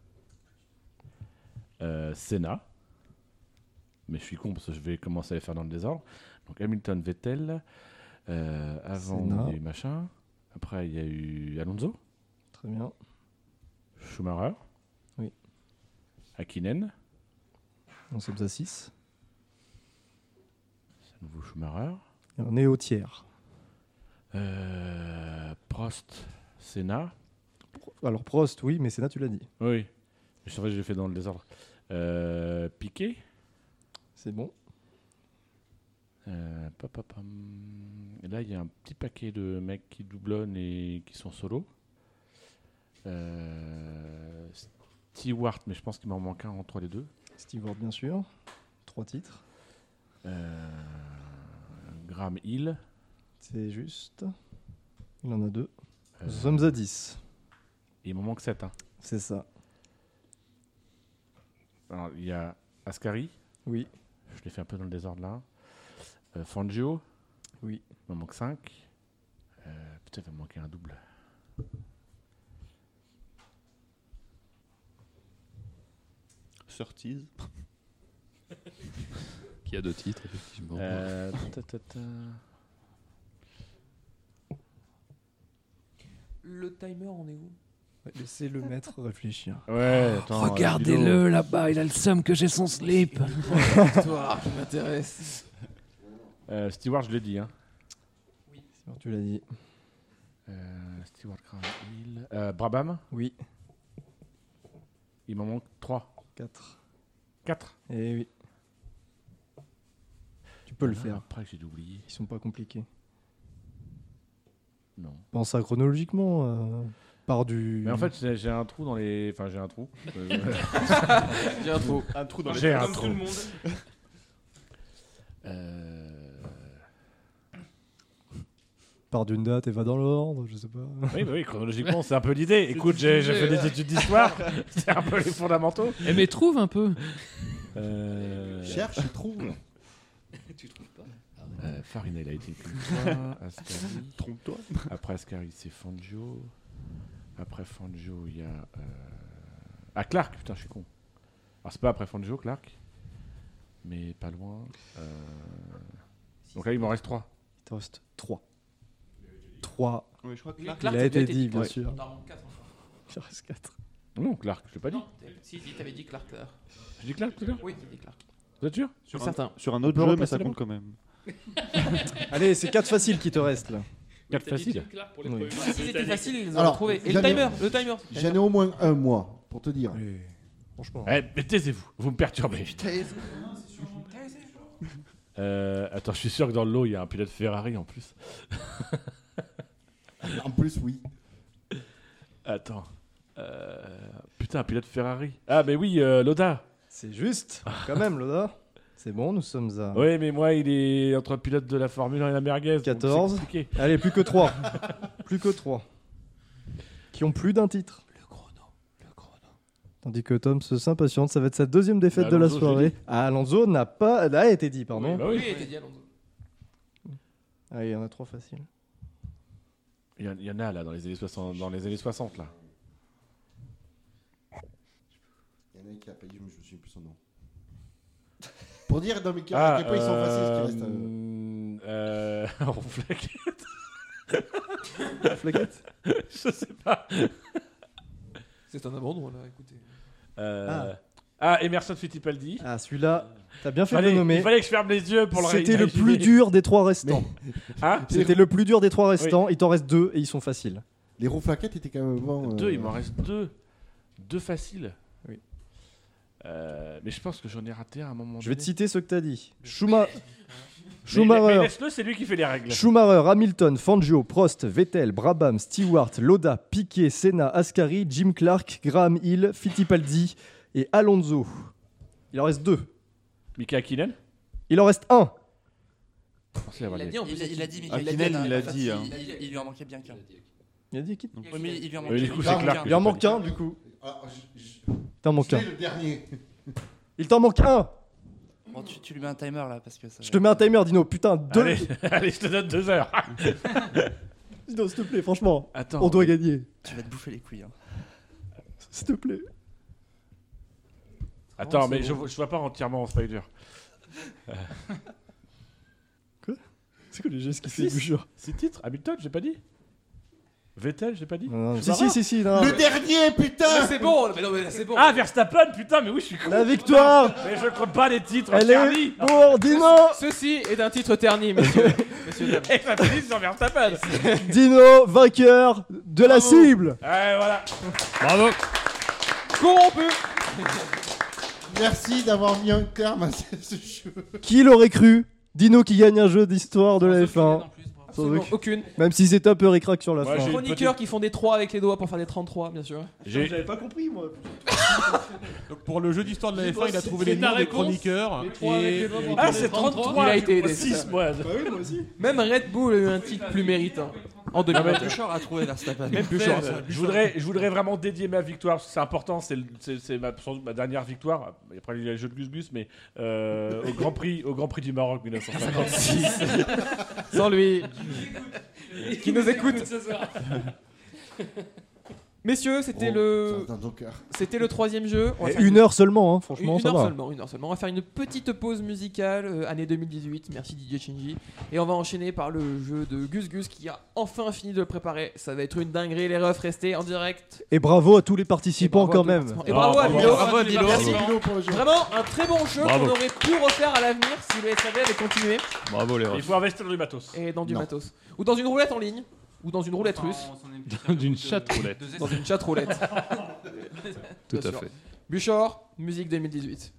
Senna. Mais je suis con parce que je vais commencer à les faire dans le désordre. Donc Hamilton, Vettel. Avant, Senna. il y a eu machin. Après, il y a eu Alonso, Très bien. Schumacher. Oui. Hakkinen, On sommes à 6. c'est nouveau Schumacher. Et on est au tiers. Prost, Senna. Alors Prost, oui, mais Senna, tu l'as dit. Oui. Je savais que j'ai fait dans le désordre. Piquet. C'est bon. Et là, il y a un petit paquet de mecs qui doublonnent et qui sont solo. Stewart, mais je pense qu'il m'en manque un entre les deux. Stewart, bien sûr. 3 titres. Graham Hill. C'est juste. Il en a 2. Nous sommes à 10. Il m'en manque 7. Hein. C'est ça. Alors, il y a Ascari, Oui. Je l'ai fait un peu dans le désordre là. Fangio. Oui. Il m'en manque 5. Putain, il va me manquer un double. Surtees. Qui a 2 titres, effectivement. Le timer, on est où? Laissez le maître réfléchir. Ouais, attends. Regardez-le là-bas, il a le seum que j'ai son slip. Histoire qui m'intéresse. Stewart, je l'ai dit. Hein. Tu l'as dit. Stewart, Graham Hill. Brabham. Oui. Il m'en manque 3. 4. 4. Eh oui. Tu peux le faire. Après, j'ai oublié. Ils sont pas compliqués. Non. Pense ça chronologiquement. Par du. Mais en fait, j'ai un trou dans les. Enfin, j'ai un trou. J'ai un trou. Un trou dans les J'ai un Comme trou. tout le monde. Par d'une date et va dans l'ordre, je sais pas. Oui, bah oui, chronologiquement, c'est un peu l'idée. Écoute, j'ai fait des études d'histoire. C'est un peu les fondamentaux. Eh, mais trouve un peu. Cherche et trouve. Tu trouves pas? Farinel a été qu'une fois. Ascari. Trompe-toi. Après Ascari, c'est Fangio. Après Fangio, il y a. Ah, Clark, putain, je suis con. Alors, c'est pas après Fangio, Clark. Mais pas loin. Donc là, il m'en reste 3. Il te reste 3. 3. Oui, je crois que Oui, Clark. Clark, Il a ça été doit être dit, édité. bien Ouais. sûr. T'en manques 4 encore. Il en reste 4. Non, Clark, je l'ai pas dit. Non, si, t'avais dit Clark. J'ai dit Clark tout à l'heure. Oui, t'as dit Clark. Vous êtes sûr? Sur Certain. sur un autre peut jeu, mais repasser ça la compte quand même. Allez, c'est 4 faciles qui te restent là. 4 faciles. Oui. Si c'était facile, ils les Alors, auraient trouvé. Et j'en le ai- timer, le timer. J'en ai au moins un mois, pour te dire. Allez, franchement. Eh, mais taisez-vous, vous me perturbez. Attends, je suis sûr que dans le lot, il y a un pilote Ferrari en plus. En plus, oui. Attends. Putain, un pilote Ferrari. Ah, mais oui, Loda. C'est juste, quand même, Loda. C'est bon, nous sommes à. Oui, mais moi, il est entre pilote de la Formule 1 et la merguez. donc 14. c'est compliqué. Allez, plus que 3. Plus que 3. Qui ont plus d'un titre. Le chrono. Tandis que Tom s'impatiente, ça va être sa deuxième défaite Bah, de la Alonso, soirée. j'ai dit. Ah, Alonso n'a pas. A été dit, pardon. Bah oui. Oui, t'as dit Alonso. Allez, il y en a 3 faciles. Il y en a là dans les années 60, là. Il y en a un qui a payé, je me souviens plus son nom. Pour dire dans mes cœurs à quel point ils sont faciles, ce qui reste. Flaquette. Flaquette. Je sais pas. C'est un abandon là, écoutez. Emerson Fittipaldi. Ah, celui-là, t'as bien fait de le Il nommer. fallait que je ferme les yeux pour le C'était le imaginer. plus dur des 3 restants. Hein C'était le plus dur des 3 restants. Il t'en reste 2 et ils sont faciles. Les roues flaquettes étaient quand même bons. 2, il m'en reste 2. 2 faciles. Oui. Mais je pense que j'en ai raté à un moment donné. Je vais te citer ceux que t'as dit. Mais Schumacher. laisse-le, c'est lui qui fait les règles. Schumacher, Hamilton, Fangio, Prost, Vettel, Brabham, Stewart, Loda, Piquet, Senna, Ascari, Jim Clark, Graham Hill, Fittipaldi et Alonso. Il en reste 2. Mika Hakkinen. Il en reste 1. Il a dit en plus. Il a dit Ah, Michael Hakkinen, Jordan, il a en fait, dit, hein. Il lui en manquait bien qu'un. Il a dit qui? Oui, mais il lui en Oui, manquait du coup, bien c'est Clark. Il en manque un du coup. Ah, Il t'en manque un. le dernier. Il t'en manque un. Bon, tu lui mets un timer là parce que ça. Je te mets un timer, Dino. Putain, 2. Allez, allez, je te donne 2 heures. Dino, s'il te plaît, franchement. Attends. On doit gagner. Tu vas te bouffer les couilles. Hein. S'il te plaît. Attends, mais je vois pas entièrement en Spider. C'est quoi les gestes qui fait bouchure? 6 titres Hamilton, j'ai pas dit. Vettel, j'ai pas dit. Si, non. Le dernier, putain. C'est bon, mais non, mais c'est bon. Ah, Verstappen, putain, mais oui, je suis con. La victoire. Mais je compte pas les titres. Elle Charlie. est bon, Dino. Ceci est un titre terni, messieurs. Et ça finit sur Verstappen. Dino, vainqueur de la cible. Ouais, voilà. Bravo. Corrompu. Merci d'avoir mis un terme à ce jeu. Qui l'aurait cru? Dino qui gagne un jeu d'histoire de la F1. Absolument aucune. Même si c'est un peu ric-rac sur la Moi, fin. j'ai- Chroniqueurs qui font des 3 avec les doigts pour faire des 33, bien sûr. J'avais pas compris, moi. Donc pour le jeu d'histoire de la F1, il a trouvé c'est les ta noms des réponse. chroniqueurs. Les trois avec les doigts pour Ah, faire c'est des 33. Il a été aidé, 6, moi. Bah oui, moi aussi. Même Red Bull a eu un titre plus méritant. En 2022. Bouchard a trouvé Verstappen. Même Bouchard. Je voudrais vraiment dédier ma victoire, parce que c'est important, c'est sans doute ma dernière victoire. Après il y a les jeux de Gus Gus, mais au Grand Prix du Maroc 1956. Sans lui. Qui nous écoute. Messieurs, c'était le 3e jeu. On va faire 1 heure seulement, hein, franchement, une ça heure va. seulement, 1 heure seulement. On va faire une petite pause musicale, année 2018. Merci DJ Shinji. Et on va enchaîner par le jeu de Gus Gus qui a enfin fini de le préparer. Ça va être une dinguerie, les refs, restez en direct. Et bravo à tous les participants quand même. Et bravo à Dilo. Bravo à Dilo. Merci. pour le jeu. Vraiment un très bon jeu Bravo. qu'on aurait pu refaire à l'avenir si le SAV avait continué. Bravo les Il refs. faut investir dans du matos. Et dans du matos. Ou dans une roulette en ligne. Ou dans une roulette russe. D'une chatte roulette. Dans une chatte roulette. Tout Bien à sûr. fait. Buchor, musique 2018.